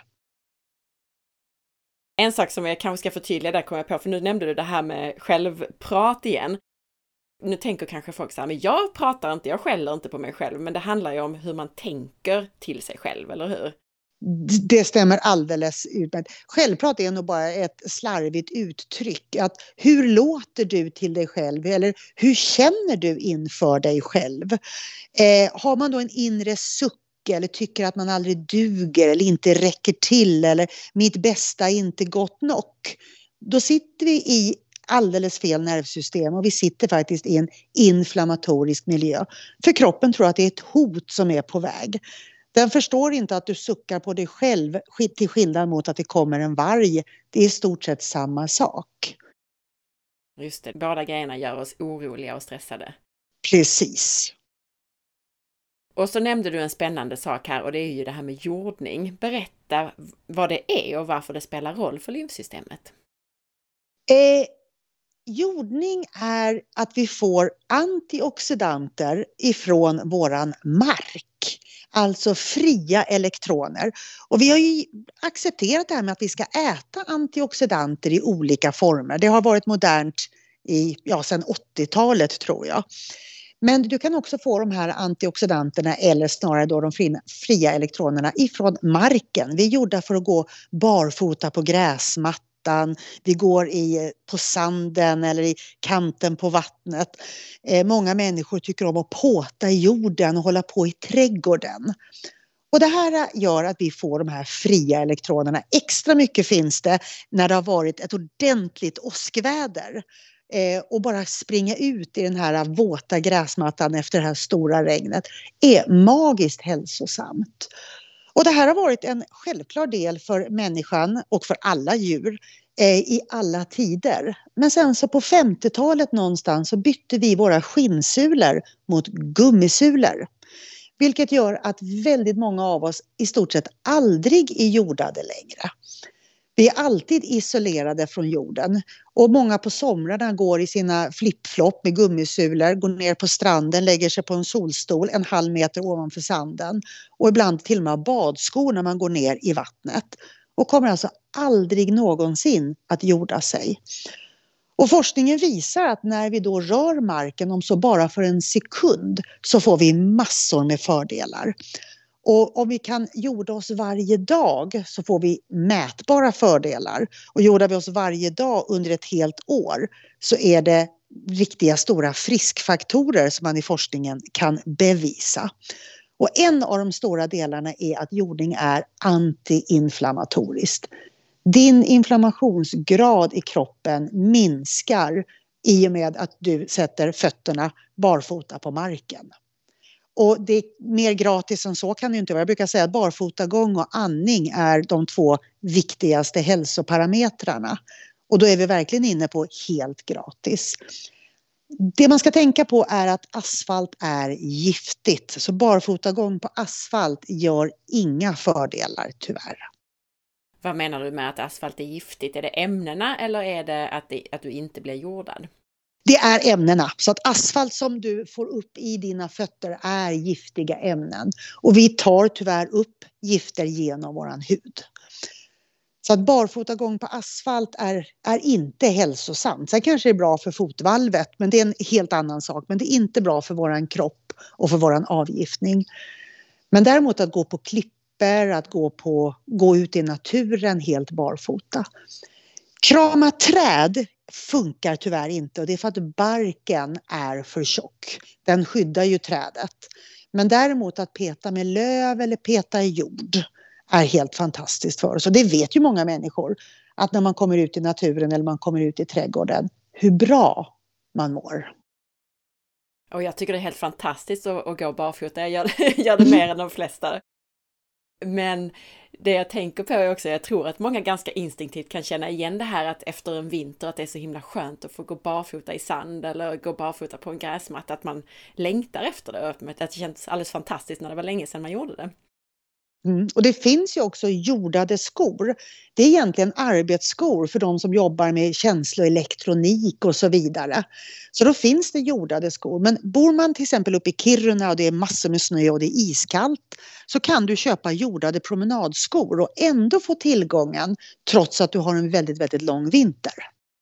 En sak som jag kanske ska förtydliga där kommer jag på, för nu nämnde du det här med självprat igen. Nu tänker kanske folk så här, men jag pratar inte, jag skäller inte på mig själv, men det handlar ju om hur man tänker till sig själv, eller hur? Det stämmer alldeles utmärkt. Självprat är nog bara ett slarvigt uttryck. Att hur låter du till dig själv eller hur känner du inför dig själv? Eh, har man då en inre suck eller tycker att man aldrig duger eller inte räcker till eller mitt bästa är inte gott nog, då sitter vi i alldeles fel nervsystem och vi sitter faktiskt i en inflammatorisk miljö. För kroppen tror att det är ett hot som är på väg. Den förstår inte att du suckar på dig själv till skillnad mot att det kommer en varg. Det är i stort sett samma sak. Just det, båda grejerna gör oss oroliga och stressade. Precis. Och så nämnde du en spännande sak här och det är ju det här med jordning. Berätta vad det är och varför det spelar roll för lymfsystemet. Eh, jordning är att vi får antioxidanter ifrån våran mark. Alltså fria elektroner. Och vi har ju accepterat det här med att vi ska äta antioxidanter i olika former. Det har varit modernt i, ja, sedan åttiotalet tror jag. Men du kan också få de här antioxidanterna eller snarare då de fria elektronerna ifrån marken. Vi är gjorda för att gå barfota på gräsmattan. Vi går i, på sanden eller i kanten på vattnet. Eh, många människor tycker om att påta i jorden och hålla på i trädgården. Och det här gör att vi får de här fria elektronerna. Extra mycket finns det när det har varit ett ordentligt åskväder. Eh, och bara springa ut i den här våta gräsmattan efter det här stora regnet är magiskt hälsosamt. Och det här har varit en självklar del för människan och för alla djur eh, i alla tider. Men sen så på femtiotalet någonstans så bytte vi våra skinnsulor mot gummisulor. Vilket gör att väldigt många av oss i stort sett aldrig är jordade längre. Vi är alltid isolerade från jorden och många på somrarna går i sina flipflop med gummisulor, går ner på stranden, lägger sig på en solstol en halv meter ovanför sanden och ibland till och med badskor när man går ner i vattnet och kommer alltså aldrig någonsin att jorda sig. Och forskningen visar att när vi då rör marken om så bara för en sekund så får vi massor med fördelar. Och om vi kan jorda oss varje dag så får vi mätbara fördelar. Och jordar vi oss varje dag under ett helt år så är det riktiga stora friskfaktorer som man i forskningen kan bevisa. Och en av de stora delarna är att jordning är antiinflammatoriskt. Din inflammationsgrad i kroppen minskar i och med att du sätter fötterna barfota på marken. Och det är mer gratis än så kan det inte vara. Jag brukar säga att barfotagång och andning är de två viktigaste hälsoparametrarna. Och då är vi verkligen inne på helt gratis. Det man ska tänka på är att asfalt är giftigt. Så barfotagång på asfalt gör inga fördelar tyvärr. Vad menar du med att asfalt är giftigt? Är det ämnena eller är det att, det, att du inte blir jordad? Det är ämnena. Så att asfalt som du får upp i dina fötter är giftiga ämnen. Och vi tar tyvärr upp gifter genom våran hud. Så att barfotagång på asfalt är, är inte hälsosamt. Sen kanske det är bra för fotvalvet, men det är en helt annan sak. Men det är inte bra för våran kropp och för våran avgiftning. Men däremot att gå på klippor, att gå, på, gå ut i naturen helt barfota. Krama träd funkar tyvärr inte och det är för att barken är för tjock. Den skyddar ju trädet. Men däremot att peta med löv eller peta i jord är helt fantastiskt för oss. Och det vet ju många människor att när man kommer ut i naturen eller man kommer ut i trädgården hur bra man mår. Och jag tycker det är helt fantastiskt att, att gå barfota. Jag gör, gör det mer än de flesta. Men det jag tänker på är också, jag tror att många ganska instinktivt kan känna igen det här att efter en vinter att det är så himla skönt att få gå barfota i sand eller gå barfota på en gräsmatta, att man längtar efter det. Att det känns alldeles fantastiskt när det var länge sedan man gjorde det. Mm. Och det finns ju också jordade skor. Det är egentligen arbetsskor för de som jobbar med känsla och elektronik och så vidare. Så då finns det jordade skor. Men bor man till exempel uppe i Kiruna och det är massor med snö och det är iskallt så kan du köpa jordade promenadskor och ändå få tillgången trots att du har en väldigt, väldigt lång vinter.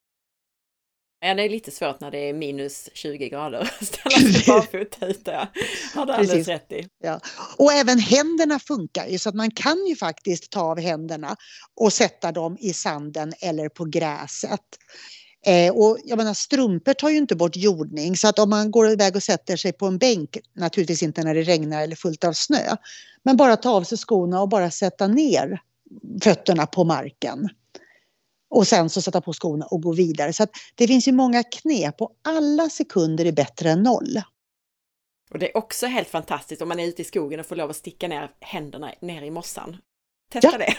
Ja, det är lite svårt när det är minus tjugo grader att ställa sig barfota ute. Ja. Har du alldeles rätt i. Ja. Och även händerna funkar ju så att man kan ju faktiskt ta av händerna och sätta dem i sanden eller på gräset. Eh, och jag menar, strumpor tar ju inte bort jordning så att om man går iväg och sätter sig på en bänk, naturligtvis inte när det regnar eller fullt av snö, men bara ta av sig skorna och bara sätta ner fötterna på marken. Och sen så sätta på skorna och gå vidare. Så att det finns ju många knep och alla sekunder är bättre än noll. Och det är också helt fantastiskt om man är ute i skogen och får lov att sticka ner händerna ner i mossan. Testa ja. Det.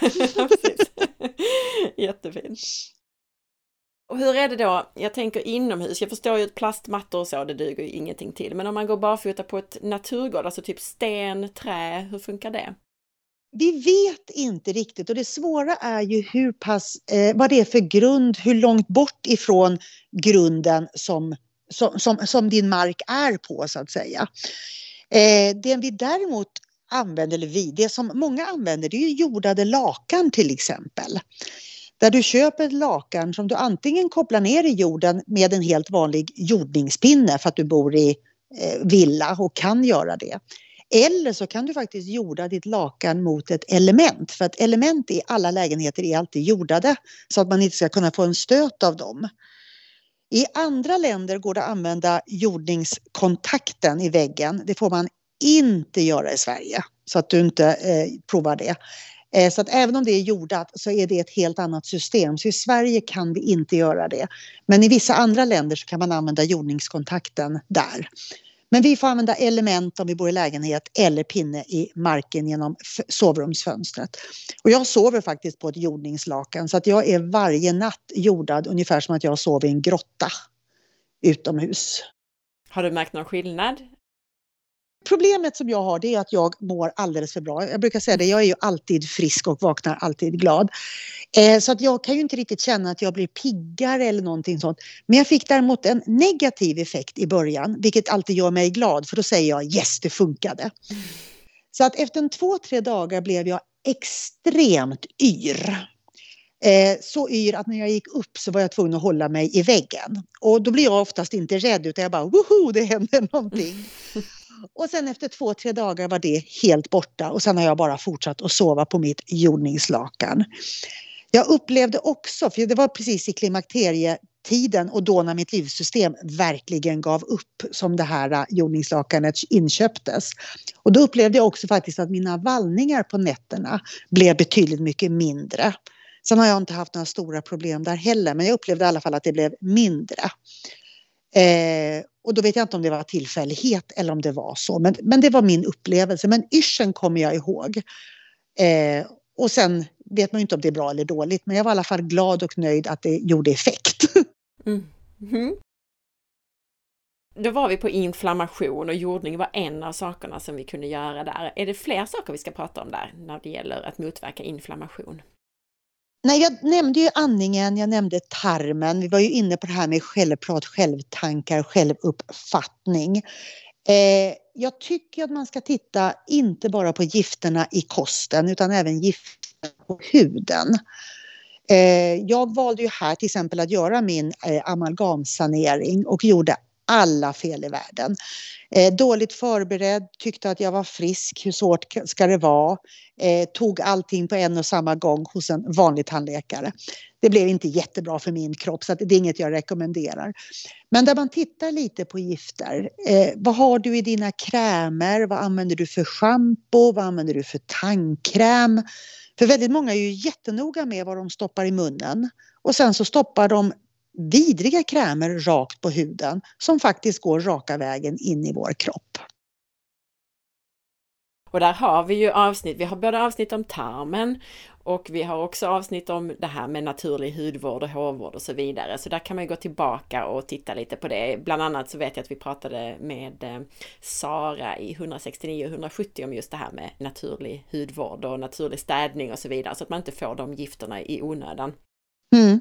Jättefint. Och hur är det då? Jag tänker inomhus. Jag förstår ju att plastmattor och så, det duger ju ingenting till. Men om man går barfota på ett naturgård, alltså typ sten, trä, hur funkar det? Vi vet inte riktigt och det svåra är ju hur pass, eh, vad det är för grund, hur långt bort ifrån grunden som, som, som, som din mark är på så att säga. Eh, det vi däremot använder, eller vi, det som många använder, det är ju jordade lakan till exempel. Där du köper ett lakan som du antingen kopplar ner i jorden med en helt vanlig jordningspinne för att du bor i eh, villa och kan göra det. Eller så kan du faktiskt jorda ditt lakan mot ett element. För att element i alla lägenheter är alltid jordade. Så att man inte ska kunna få en stöt av dem. I andra länder går det att använda jordningskontakten i väggen. Det får man inte göra i Sverige. Så att du inte eh, provar det. Eh, så att även om det är jordat så är det ett helt annat system. Så i Sverige kan vi inte göra det. Men i vissa andra länder så kan man använda jordningskontakten där. Men vi får använda element om vi bor i lägenhet eller pinne i marken genom f- sovrumsfönstret. Och jag sover faktiskt på ett jordningslakan så att jag är varje natt jordad ungefär som att jag sover i en grotta utomhus. Har du märkt någon skillnad? Problemet som jag har det är att jag mår alldeles för bra. Jag brukar säga det, jag är ju alltid frisk och vaknar alltid glad. Eh, så att jag kan ju inte riktigt känna att jag blir piggare eller någonting sånt. Men jag fick däremot en negativ effekt i början, vilket alltid gör mig glad. För då säger jag yes, det funkade. Mm. Så att efter en två, tre dagar blev jag extremt yr. Eh, så yr att när jag gick upp så var jag tvungen att hålla mig i väggen. Och då blir jag oftast inte rädd utan jag bara woho, det händer någonting. Mm. Och sen efter två, tre dagar var det helt borta och sen har jag bara fortsatt att sova på mitt jordningslakan. Jag upplevde också, för det var precis i klimakterietiden och då när mitt livssystem verkligen gav upp som det här jordningslakanet inköptes. Och då upplevde jag också faktiskt att mina vallningar på nätterna blev betydligt mycket mindre. Sen har jag inte haft några stora problem där heller, men jag upplevde i alla fall att det blev mindre. Eh, och då vet jag inte om det var tillfällighet eller om det var så. Men, men det var min upplevelse. Men yrseln kommer jag ihåg. Eh, och sen vet man ju inte om det är bra eller dåligt. Men jag var i alla fall glad och nöjd att det gjorde effekt. Mm. Mm. Då var vi på inflammation och jordning var en av sakerna som vi kunde göra där. Är det fler saker vi ska prata om där när det gäller att motverka inflammation? Nej, jag nämnde ju andningen, jag nämnde tarmen. Vi var ju inne på det här med självprat, självtankar, självuppfattning. Eh, jag tycker att man ska titta inte bara på gifterna i kosten utan även gifterna på huden. Eh, jag valde ju här till exempel att göra min eh, amalgamsanering och gjorde alla fel i världen. Eh, dåligt förberedd, tyckte att jag var frisk, hur svårt ska det vara? Eh, tog allting på en och samma gång hos en vanlig tandläkare. Det blev inte jättebra för min kropp så att det är inget jag rekommenderar. Men där man tittar lite på gifter, eh, vad har du i dina krämer? Vad använder du för shampoo? Vad använder du för tandkräm? För väldigt många är ju jättenoga med vad de stoppar i munnen. Och sen så stoppar de vidriga krämer rakt på huden som faktiskt går raka vägen in i vår kropp. Och där har vi ju avsnitt, vi har både avsnitt om tarmen och vi har också avsnitt om det här med naturlig hudvård och hårvård och så vidare. Så där kan man ju gå tillbaka och titta lite på det. Bland annat så vet jag att vi pratade med Sara i hundrasextionio och hundrasjuttio om just det här med naturlig hudvård och naturlig städning och så vidare. Så att man inte får de gifterna i onödan. Mm.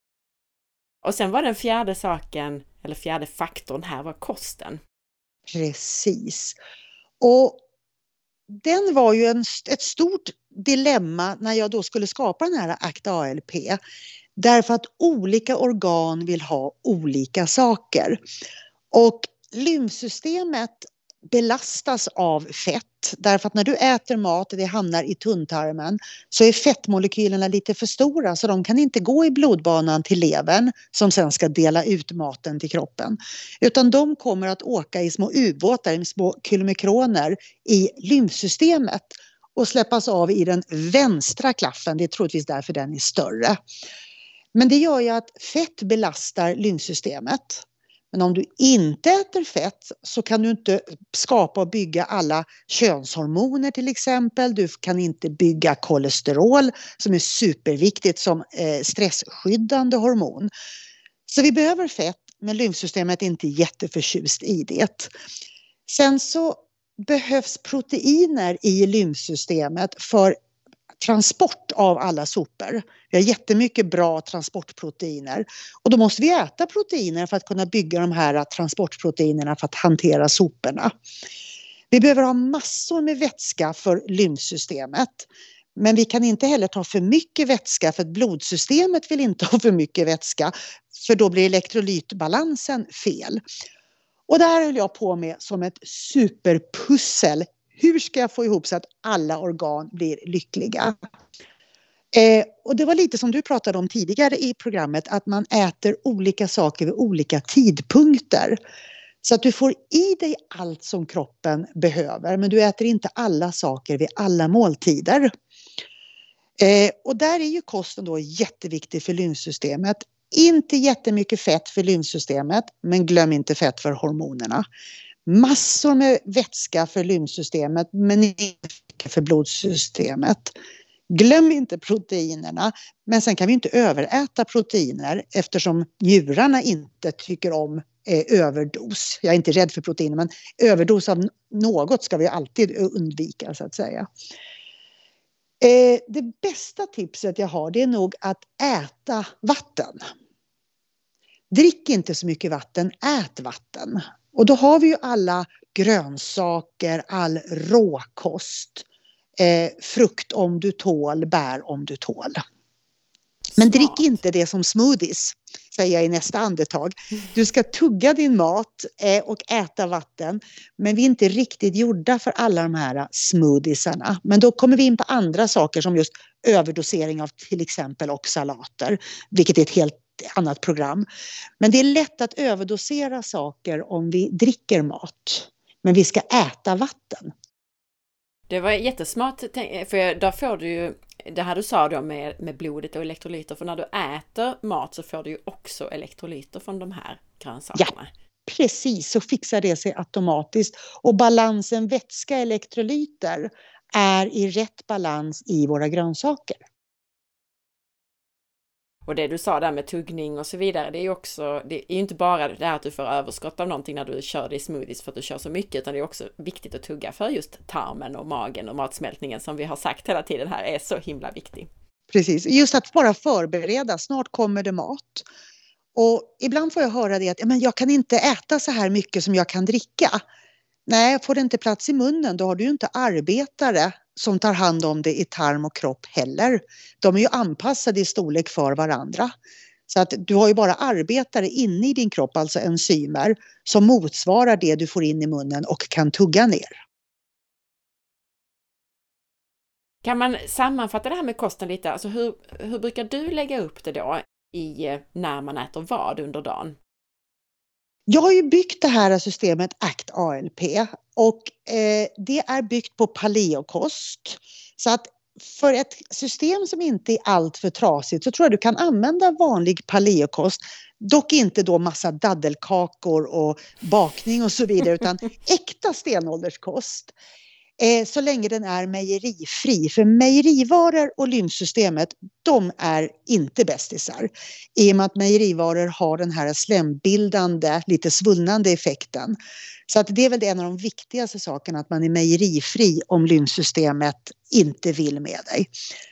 Och sen var den fjärde saken, eller fjärde faktorn här var kosten. Precis. Och den var ju en, ett stort dilemma när jag då skulle skapa den här ACT A L P. Därför att olika organ vill ha olika saker. Och lymfsystemet belastas av fett. Därför att när du äter mat och det hamnar i tunntarmen så är fettmolekylerna lite för stora så de kan inte gå i blodbanan till levern som sen ska dela ut maten till kroppen. Utan de kommer att åka i små ubåtar, i små kylomikroner i lymfsystemet och släppas av i den vänstra klaffen. Det är troligtvis därför den är större. Men det gör ju att fett belastar lymfsystemet. Men om du inte äter fett så kan du inte skapa och bygga alla könshormoner till exempel. Du kan inte bygga kolesterol som är superviktigt som stressskyddande hormon. Så vi behöver fett men lymfsystemet är inte jätteförtjust i det. Sen så behövs proteiner i lymfsystemet för transport av alla sopor. Vi har jättemycket bra transportproteiner och då måste vi äta proteiner för att kunna bygga de här transportproteinerna för att hantera soporna. Vi behöver ha massor med vätska för lymfsystemet. Men vi kan inte heller ta för mycket vätska för att blodsystemet vill inte ha för mycket vätska för då blir elektrolytbalansen fel. Och det här höll jag på med som ett superpussel. Hur ska jag få ihop så att alla organ blir lyckliga? Eh, och det var lite som du pratade om tidigare i programmet att man äter olika saker vid olika tidpunkter. Så att du får i dig allt som kroppen behöver, men du äter inte alla saker vid alla måltider. Eh, och där är ju kosten då jätteviktig för lymfsystemet. Inte jättemycket fett för lymfsystemet, men glöm inte fett för hormonerna. Massor med vätska för lymfsystemet, men inte för blodsystemet. Glöm inte proteinerna, men sen kan vi inte överäta proteiner eftersom njurarna inte tycker om eh, överdos. Jag är inte rädd för proteiner, men överdos av något ska vi alltid undvika så att säga. Eh, det bästa tipset jag har, det är nog att äta vatten. Drick inte så mycket vatten, ät vatten. Och då har vi ju alla grönsaker, all råkost. Eh, frukt om du tål, bär om du tål. Men drick inte det som smoothies, säger jag i nästa andetag. Du ska tugga din mat eh, och äta vatten. Men vi är inte riktigt gjorda för alla de här smoothiesarna. Men då kommer vi in på andra saker som just överdosering av till exempel oxalater. Vilket är ett helt annat program. Men det är lätt att överdosera saker om vi dricker mat. Men vi ska äta vatten. Det var jättesmart, för där får du ju, det här du sa då med, med blodet och elektrolyter, för när du äter mat så får du ju också elektrolyter från de här grönsakerna. Ja, precis, så fixar det sig automatiskt. Och balansen vätska-elektrolyter är i rätt balans i våra grönsaker. Och det du sa där med tuggning och så vidare, det är ju också, det är ju inte bara det här att du får överskott av någonting när du kör det i smoothies för att du kör så mycket, utan det är också viktigt att tugga för just tarmen och magen och matsmältningen som vi har sagt hela tiden här är så himla viktig. Precis, just att bara förbereda, snart kommer det mat. Och ibland får jag höra det att men jag kan inte äta så här mycket som jag kan dricka. Nej, får det inte plats i munnen, då har du ju inte arbetare som tar hand om det i tarm och kropp heller. De är ju anpassade i storlek för varandra. Så att du har ju bara arbetare inne i din kropp, alltså enzymer, som motsvarar det du får in i munnen och kan tugga ner. Kan man sammanfatta det här med kosten lite? Alltså hur, hur brukar du lägga upp det då i när man äter vad under dagen? Jag har ju byggt det här systemet ACT A L P och eh, det är byggt på paleokost. Så att för ett system som inte är allt för trasigt så tror jag du kan använda vanlig paleokost. Dock inte då massa daddelkakor och bakning och så vidare utan äkta stenålderskost. Eh, så länge den är mejerifri. För mejerivaror och lymfsystemet, de är inte bästisar. I och med att mejerivaror har den här slembildande, lite svullnande effekten. Så att det är väl en av de viktigaste sakerna, att man är mejerifri om lymfsystemet inte vill med dig.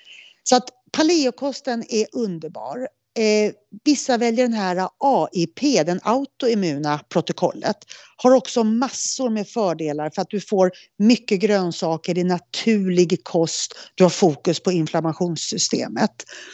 Så att paleokosten är underbar. Eh, vissa väljer den här A I P, den autoimmuna protokollet, har också massor med fördelar för att du får mycket grönsaker i naturlig kost, du har fokus på inflammationssystemet.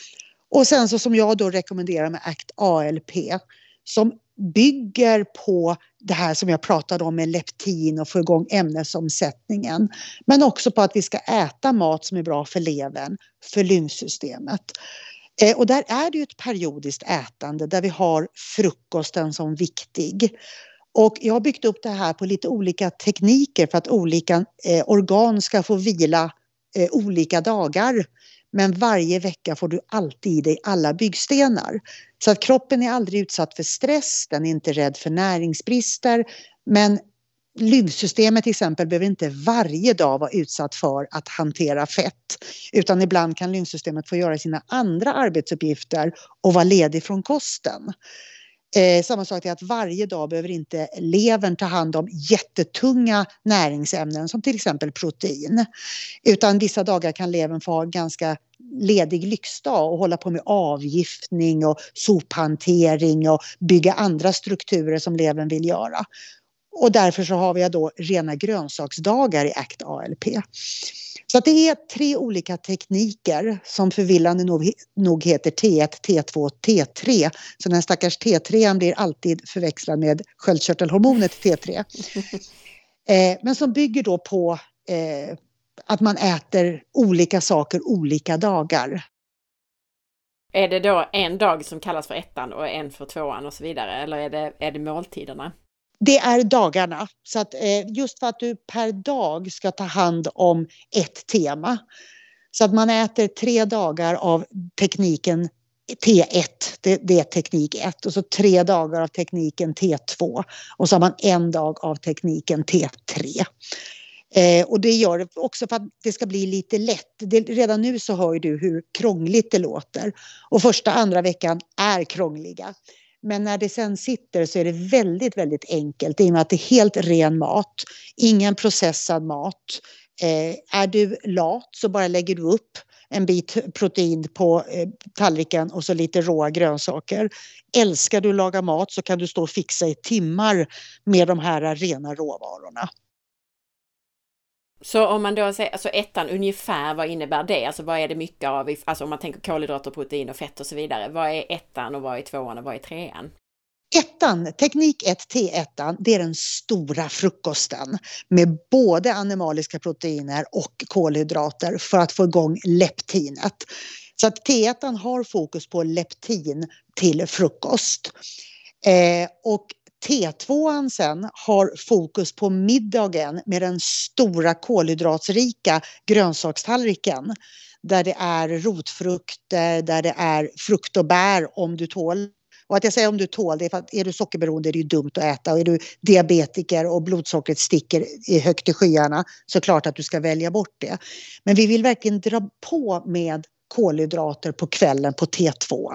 Och sen så som jag då rekommenderar med ACT A L P som bygger på det här som jag pratade om med leptin och få igång ämnesomsättningen. Men också på att vi ska äta mat som är bra för levern, för lymfsystemet. Eh, och där är det ju ett periodiskt ätande där vi har frukosten som viktig. Och jag har byggt upp det här på lite olika tekniker för att olika eh, organ ska få vila eh, olika dagar. Men varje vecka får du alltid i dig alla byggstenar. Så att kroppen är aldrig utsatt för stress, den är inte rädd för näringsbrister. Men lymfsystemet till exempel behöver inte varje dag vara utsatt för att hantera fett. Utan ibland kan lymfsystemet få göra sina andra arbetsuppgifter och vara ledig från kosten. Eh, samma sak är att varje dag behöver inte levern ta hand om jättetunga näringsämnen som till exempel protein. Utan vissa dagar kan levern få ha ganska ledig lyxdag och hålla på med avgiftning och sophantering och bygga andra strukturer som levern vill göra. Och därför så har vi då rena grönsaksdagar i ACT A L P. Så att det är tre olika tekniker som förvillande nog, nog heter T ett, T två, T tre. Så den stackars T tre blir alltid förväxlad med sköldkörtelhormonet T tre. Eh, men som bygger då på eh, att man äter olika saker olika dagar. Är det då en dag som kallas för ettan och en för tvåan och så vidare? Eller är det, är det måltiderna? Det är dagarna. Så att, eh, just för att du per dag ska ta hand om ett tema. Så att man äter tre dagar av tekniken T ett, det, det är teknik ett. Och så tre dagar av tekniken T två. Och så har man en dag av tekniken T tre. Eh, och det gör det också för att det ska bli lite lätt. Det, redan nu så hör du hur krångligt det låter. Och första andra veckan är krångliga. Men när det sen sitter så är det väldigt, väldigt enkelt. I och med att det är helt ren mat. Ingen processad mat. Eh, är du lat så bara lägger du upp en bit protein på eh, tallriken och så lite råa grönsaker. Älskar du att laga mat så kan du stå och fixa i timmar med de här rena råvarorna. Så om man då säger, alltså ettan ungefär, vad innebär det? Alltså vad är det mycket av, alltså om man tänker kolhydrater, protein och fett och så vidare. Vad är ettan och vad är tvåan och vad är trean? Ettan, teknik ett, T ett, det är den stora frukosten med både animaliska proteiner och kolhydrater för att få igång leptinet. Så att T ett har fokus på leptin till frukost. Eh, och T två sen har fokus på middagen med den stora kolhydratsrika grönsakstallriken. Där det är rotfrukter, där det är frukt och bär om du tål. Och att jag säger om du tål, det är för att är du sockerberoende är det ju dumt att äta. Och är du diabetiker och blodsockret sticker i högt i skyarna så är det klart att du ska välja bort det. Men vi vill verkligen dra på med kolhydrater på kvällen på T två.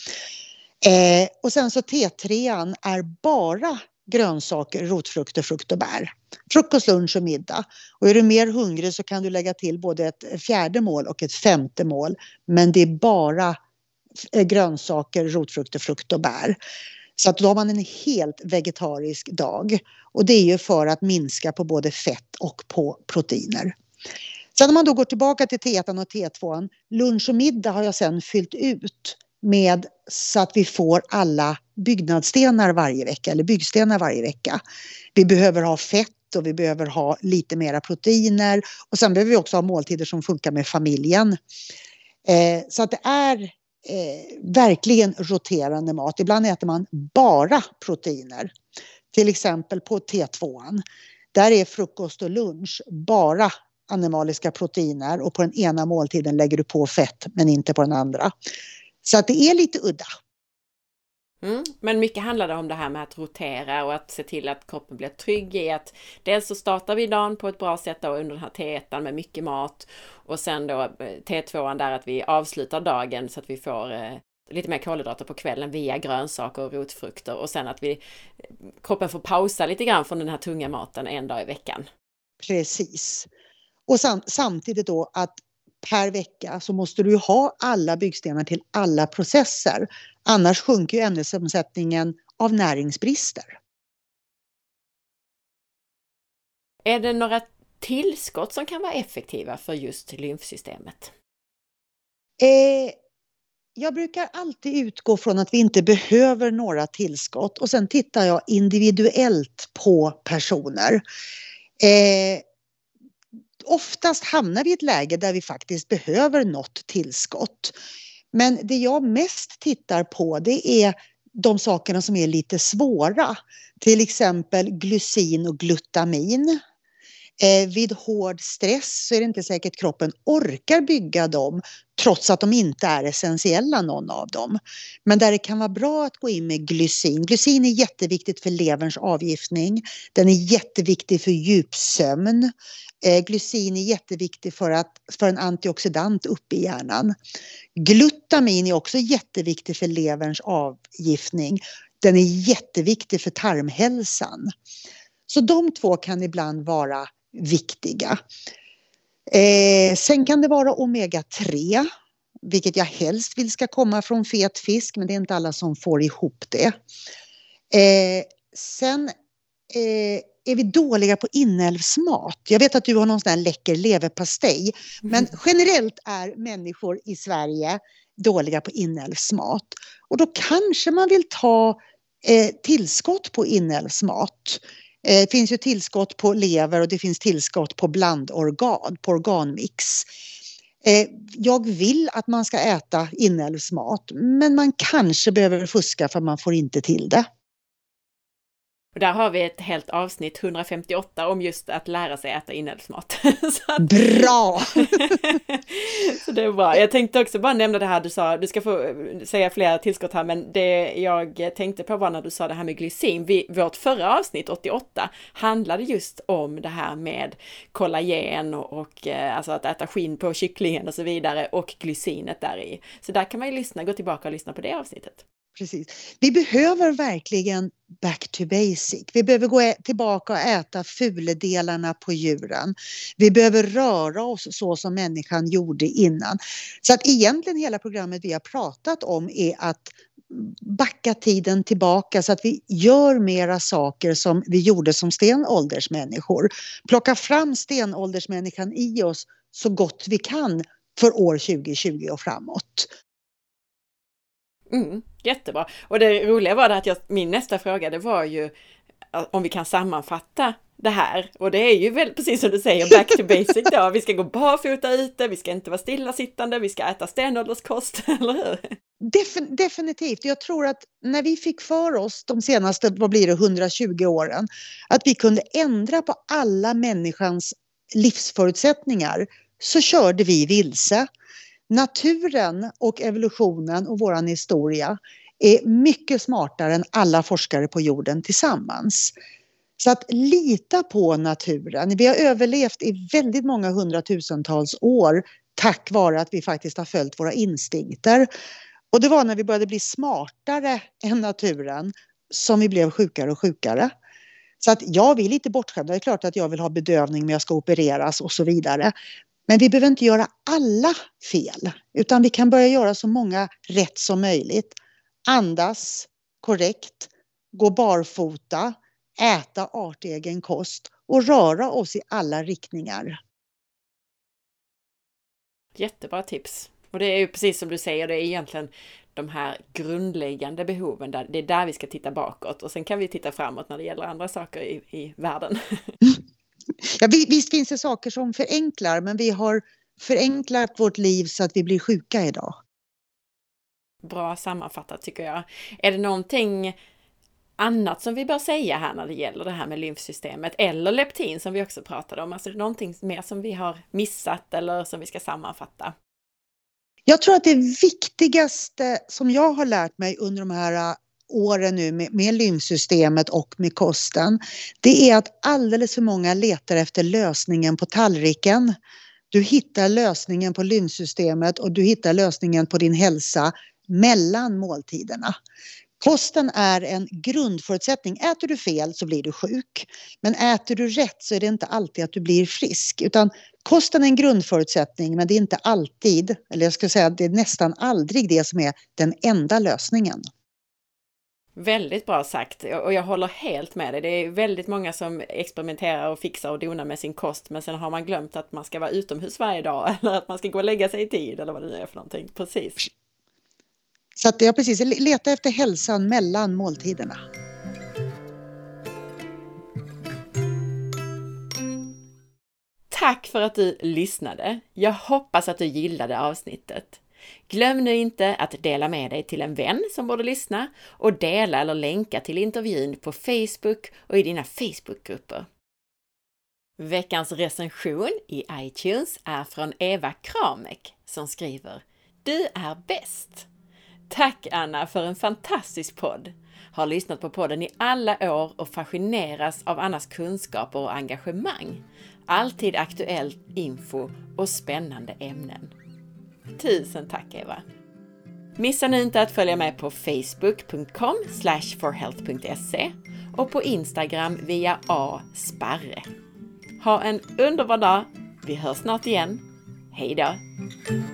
Eh, och sen så T tre är bara grönsaker, rotfrukter, frukt och bär. Frukost, lunch och middag. Och är du mer hungrig så kan du lägga till både ett fjärde mål och ett femte mål. Men det är bara grönsaker, rotfrukter, frukt och bär. Så att då har man en helt vegetarisk dag. Och det är ju för att minska på både fett och på proteiner. Sen när man då går tillbaka till T ett och T två, lunch och middag har jag sen fyllt ut med så att vi får alla byggnadsstenar varje vecka eller byggstenar varje vecka. Vi behöver ha fett och vi behöver ha lite mera proteiner och sen behöver vi också ha måltider som funkar med familjen. Eh, så att det är eh, verkligen roterande mat. Ibland äter man bara proteiner. Till exempel på T två. Där är frukost och lunch bara animaliska proteiner och på den ena måltiden lägger du på fett men inte på den andra. Så att det är lite udda. Mm, men mycket handlar det om det här med att rotera och att se till att kroppen blir trygg i att dels så startar vi dagen på ett bra sätt då under den här T ett med mycket mat och sen då T två där att vi avslutar dagen så att vi får eh, lite mer kolhydrater på kvällen via grönsaker och rotfrukter och sen att vi kroppen får pausa lite grann från den här tunga maten en dag i veckan. Precis. Och sam- samtidigt då att per vecka så måste du ha alla byggstenar till alla processer. Annars sjunker ju ämnesomsättningen av näringsbrister. Är det några tillskott som kan vara effektiva för just lymfsystemet? Eh, jag brukar alltid utgå från att vi inte behöver några tillskott och sen tittar jag individuellt på personer. Eh, Oftast hamnar vi i ett läge där vi faktiskt behöver något tillskott. Men det jag mest tittar på det är de sakerna som är lite svåra. Till exempel glycin och glutamin. Eh, vid hård stress så är det inte säkert kroppen orkar bygga dem trots att de inte är essentiella någon av dem. Men där det kan vara bra att gå in med glycin. Glycin är jätteviktigt för leverns avgiftning. Den är jätteviktig för djupsömn. Eh, glycin är jätteviktig för, att, för en antioxidant uppe i hjärnan. Glutamin är också jätteviktig för leverns avgiftning. Den är jätteviktig för tarmhälsan. Så de två kan ibland vara viktiga. Eh, sen kan det vara omega tre, vilket jag helst vill ska komma från fet fisk, men det är inte alla som får ihop det. Eh, sen eh, är vi dåliga på inälvsmat. Jag vet att du har någon sån här läcker leverpastej, men generellt är människor i Sverige dåliga på inälvsmat. Och då kanske man vill ta eh, tillskott på inälvsmat. Det finns ju tillskott på lever och det finns tillskott på blandorgan, på organmix. Jag vill att man ska äta inälvsmat men man kanske behöver fuska för man får inte till det. Och där har vi ett helt avsnitt hundrafemtioåtta om just att lära sig äta inälvsmat. Så att... Bra! Så det är bra. Jag tänkte också bara nämna det här du sa, du ska få säga flera tillskott här, men det jag tänkte på var när du sa det här med glycin. Vi, vårt förra avsnitt, åttioåtta, handlade just om det här med kollagen och, och alltså att äta skinn på kycklingen och så vidare, och glycinet där i. Så där kan man ju lyssna, gå tillbaka och lyssna på det avsnittet. Precis. Vi behöver verkligen back to basic. Vi behöver gå tillbaka och äta fuldelarna på djuren. Vi behöver röra oss så som människan gjorde innan. Så att egentligen hela programmet vi har pratat om är att backa tiden tillbaka så att vi gör mera saker som vi gjorde som stenåldersmänniskor. Plocka fram stenåldersmänniskan i oss så gott vi kan för år tjugo tjugo och framåt. Mm, jättebra. Och det roliga var det att jag, min nästa fråga det var ju om vi kan sammanfatta det här. Och det är ju väl precis som du säger, back to basic då. Vi ska gå barfota ute, vi ska inte vara stillasittande, vi ska äta stenålderskost, eller hur? Defin- definitivt. Jag tror att när vi fick för oss de senaste, vad blir det, hundratjugo åren, att vi kunde ändra på alla människans livsförutsättningar, så körde vi vilse. Naturen och evolutionen och våran historia är mycket smartare än alla forskare på jorden tillsammans. Så att lita på naturen. Vi har överlevt i väldigt många hundratusentals år tack vare att vi faktiskt har följt våra instinkter. Och det var när vi började bli smartare än naturen som vi blev sjukare och sjukare. Så att jag vill lite bortskämd. Det är klart att jag vill ha bedövning, men jag ska opereras och så vidare. Men vi behöver inte göra alla fel, utan vi kan börja göra så många rätt som möjligt. Andas korrekt, gå barfota, äta artegen kost och röra oss i alla riktningar. Jättebra tips. Och det är ju precis som du säger, det är egentligen de här grundläggande behoven, där, det är där vi ska titta bakåt. Och sen kan vi titta framåt när det gäller andra saker i, i världen. Ja, visst finns det saker som förenklar, men vi har förenklat vårt liv så att vi blir sjuka idag. Bra sammanfattat tycker jag. Är det någonting annat som vi bör säga här när det gäller det här med lymfsystemet eller leptin som vi också pratade om? Alltså är det någonting mer som vi har missat eller som vi ska sammanfatta? Jag tror att det viktigaste som jag har lärt mig under de här åren nu med, med lymfsystemet och med kosten, det är att alldeles för många letar efter lösningen på tallriken. Du hittar lösningen på lymfsystemet och du hittar lösningen på din hälsa mellan måltiderna. Kosten är en grundförutsättning. Äter du fel så blir du sjuk. Men äter du rätt så är det inte alltid att du blir frisk. Utan kosten är en grundförutsättning, men det är inte alltid, eller jag ska säga att det är nästan aldrig det som är den enda lösningen. Väldigt bra sagt, och jag håller helt med dig. Det är väldigt många som experimenterar och fixar och donar med sin kost, men sen har man glömt att man ska vara utomhus varje dag eller att man ska gå och lägga sig i tid eller vad det nu är för någonting. Precis. Så att jag precis leta efter hälsan mellan måltiderna. Tack för att du lyssnade. Jag hoppas att du gillade avsnittet. Glöm nu inte att dela med dig till en vän som borde lyssna och dela eller länka till intervjun på Facebook och i dina Facebookgrupper. Veckans recension i iTunes är från Eva Kramek som skriver: Du är bäst! Tack Anna för en fantastisk podd. Har lyssnat på podden i alla år och fascineras av Annas kunskaper och engagemang. Alltid aktuell info och spännande ämnen. Tusen tack Eva! Missa nu inte att följa med på facebook punkt com slash forhealth punkt se och på Instagram via asparre. Ha en underbar dag! Vi hörs snart igen. Hej då!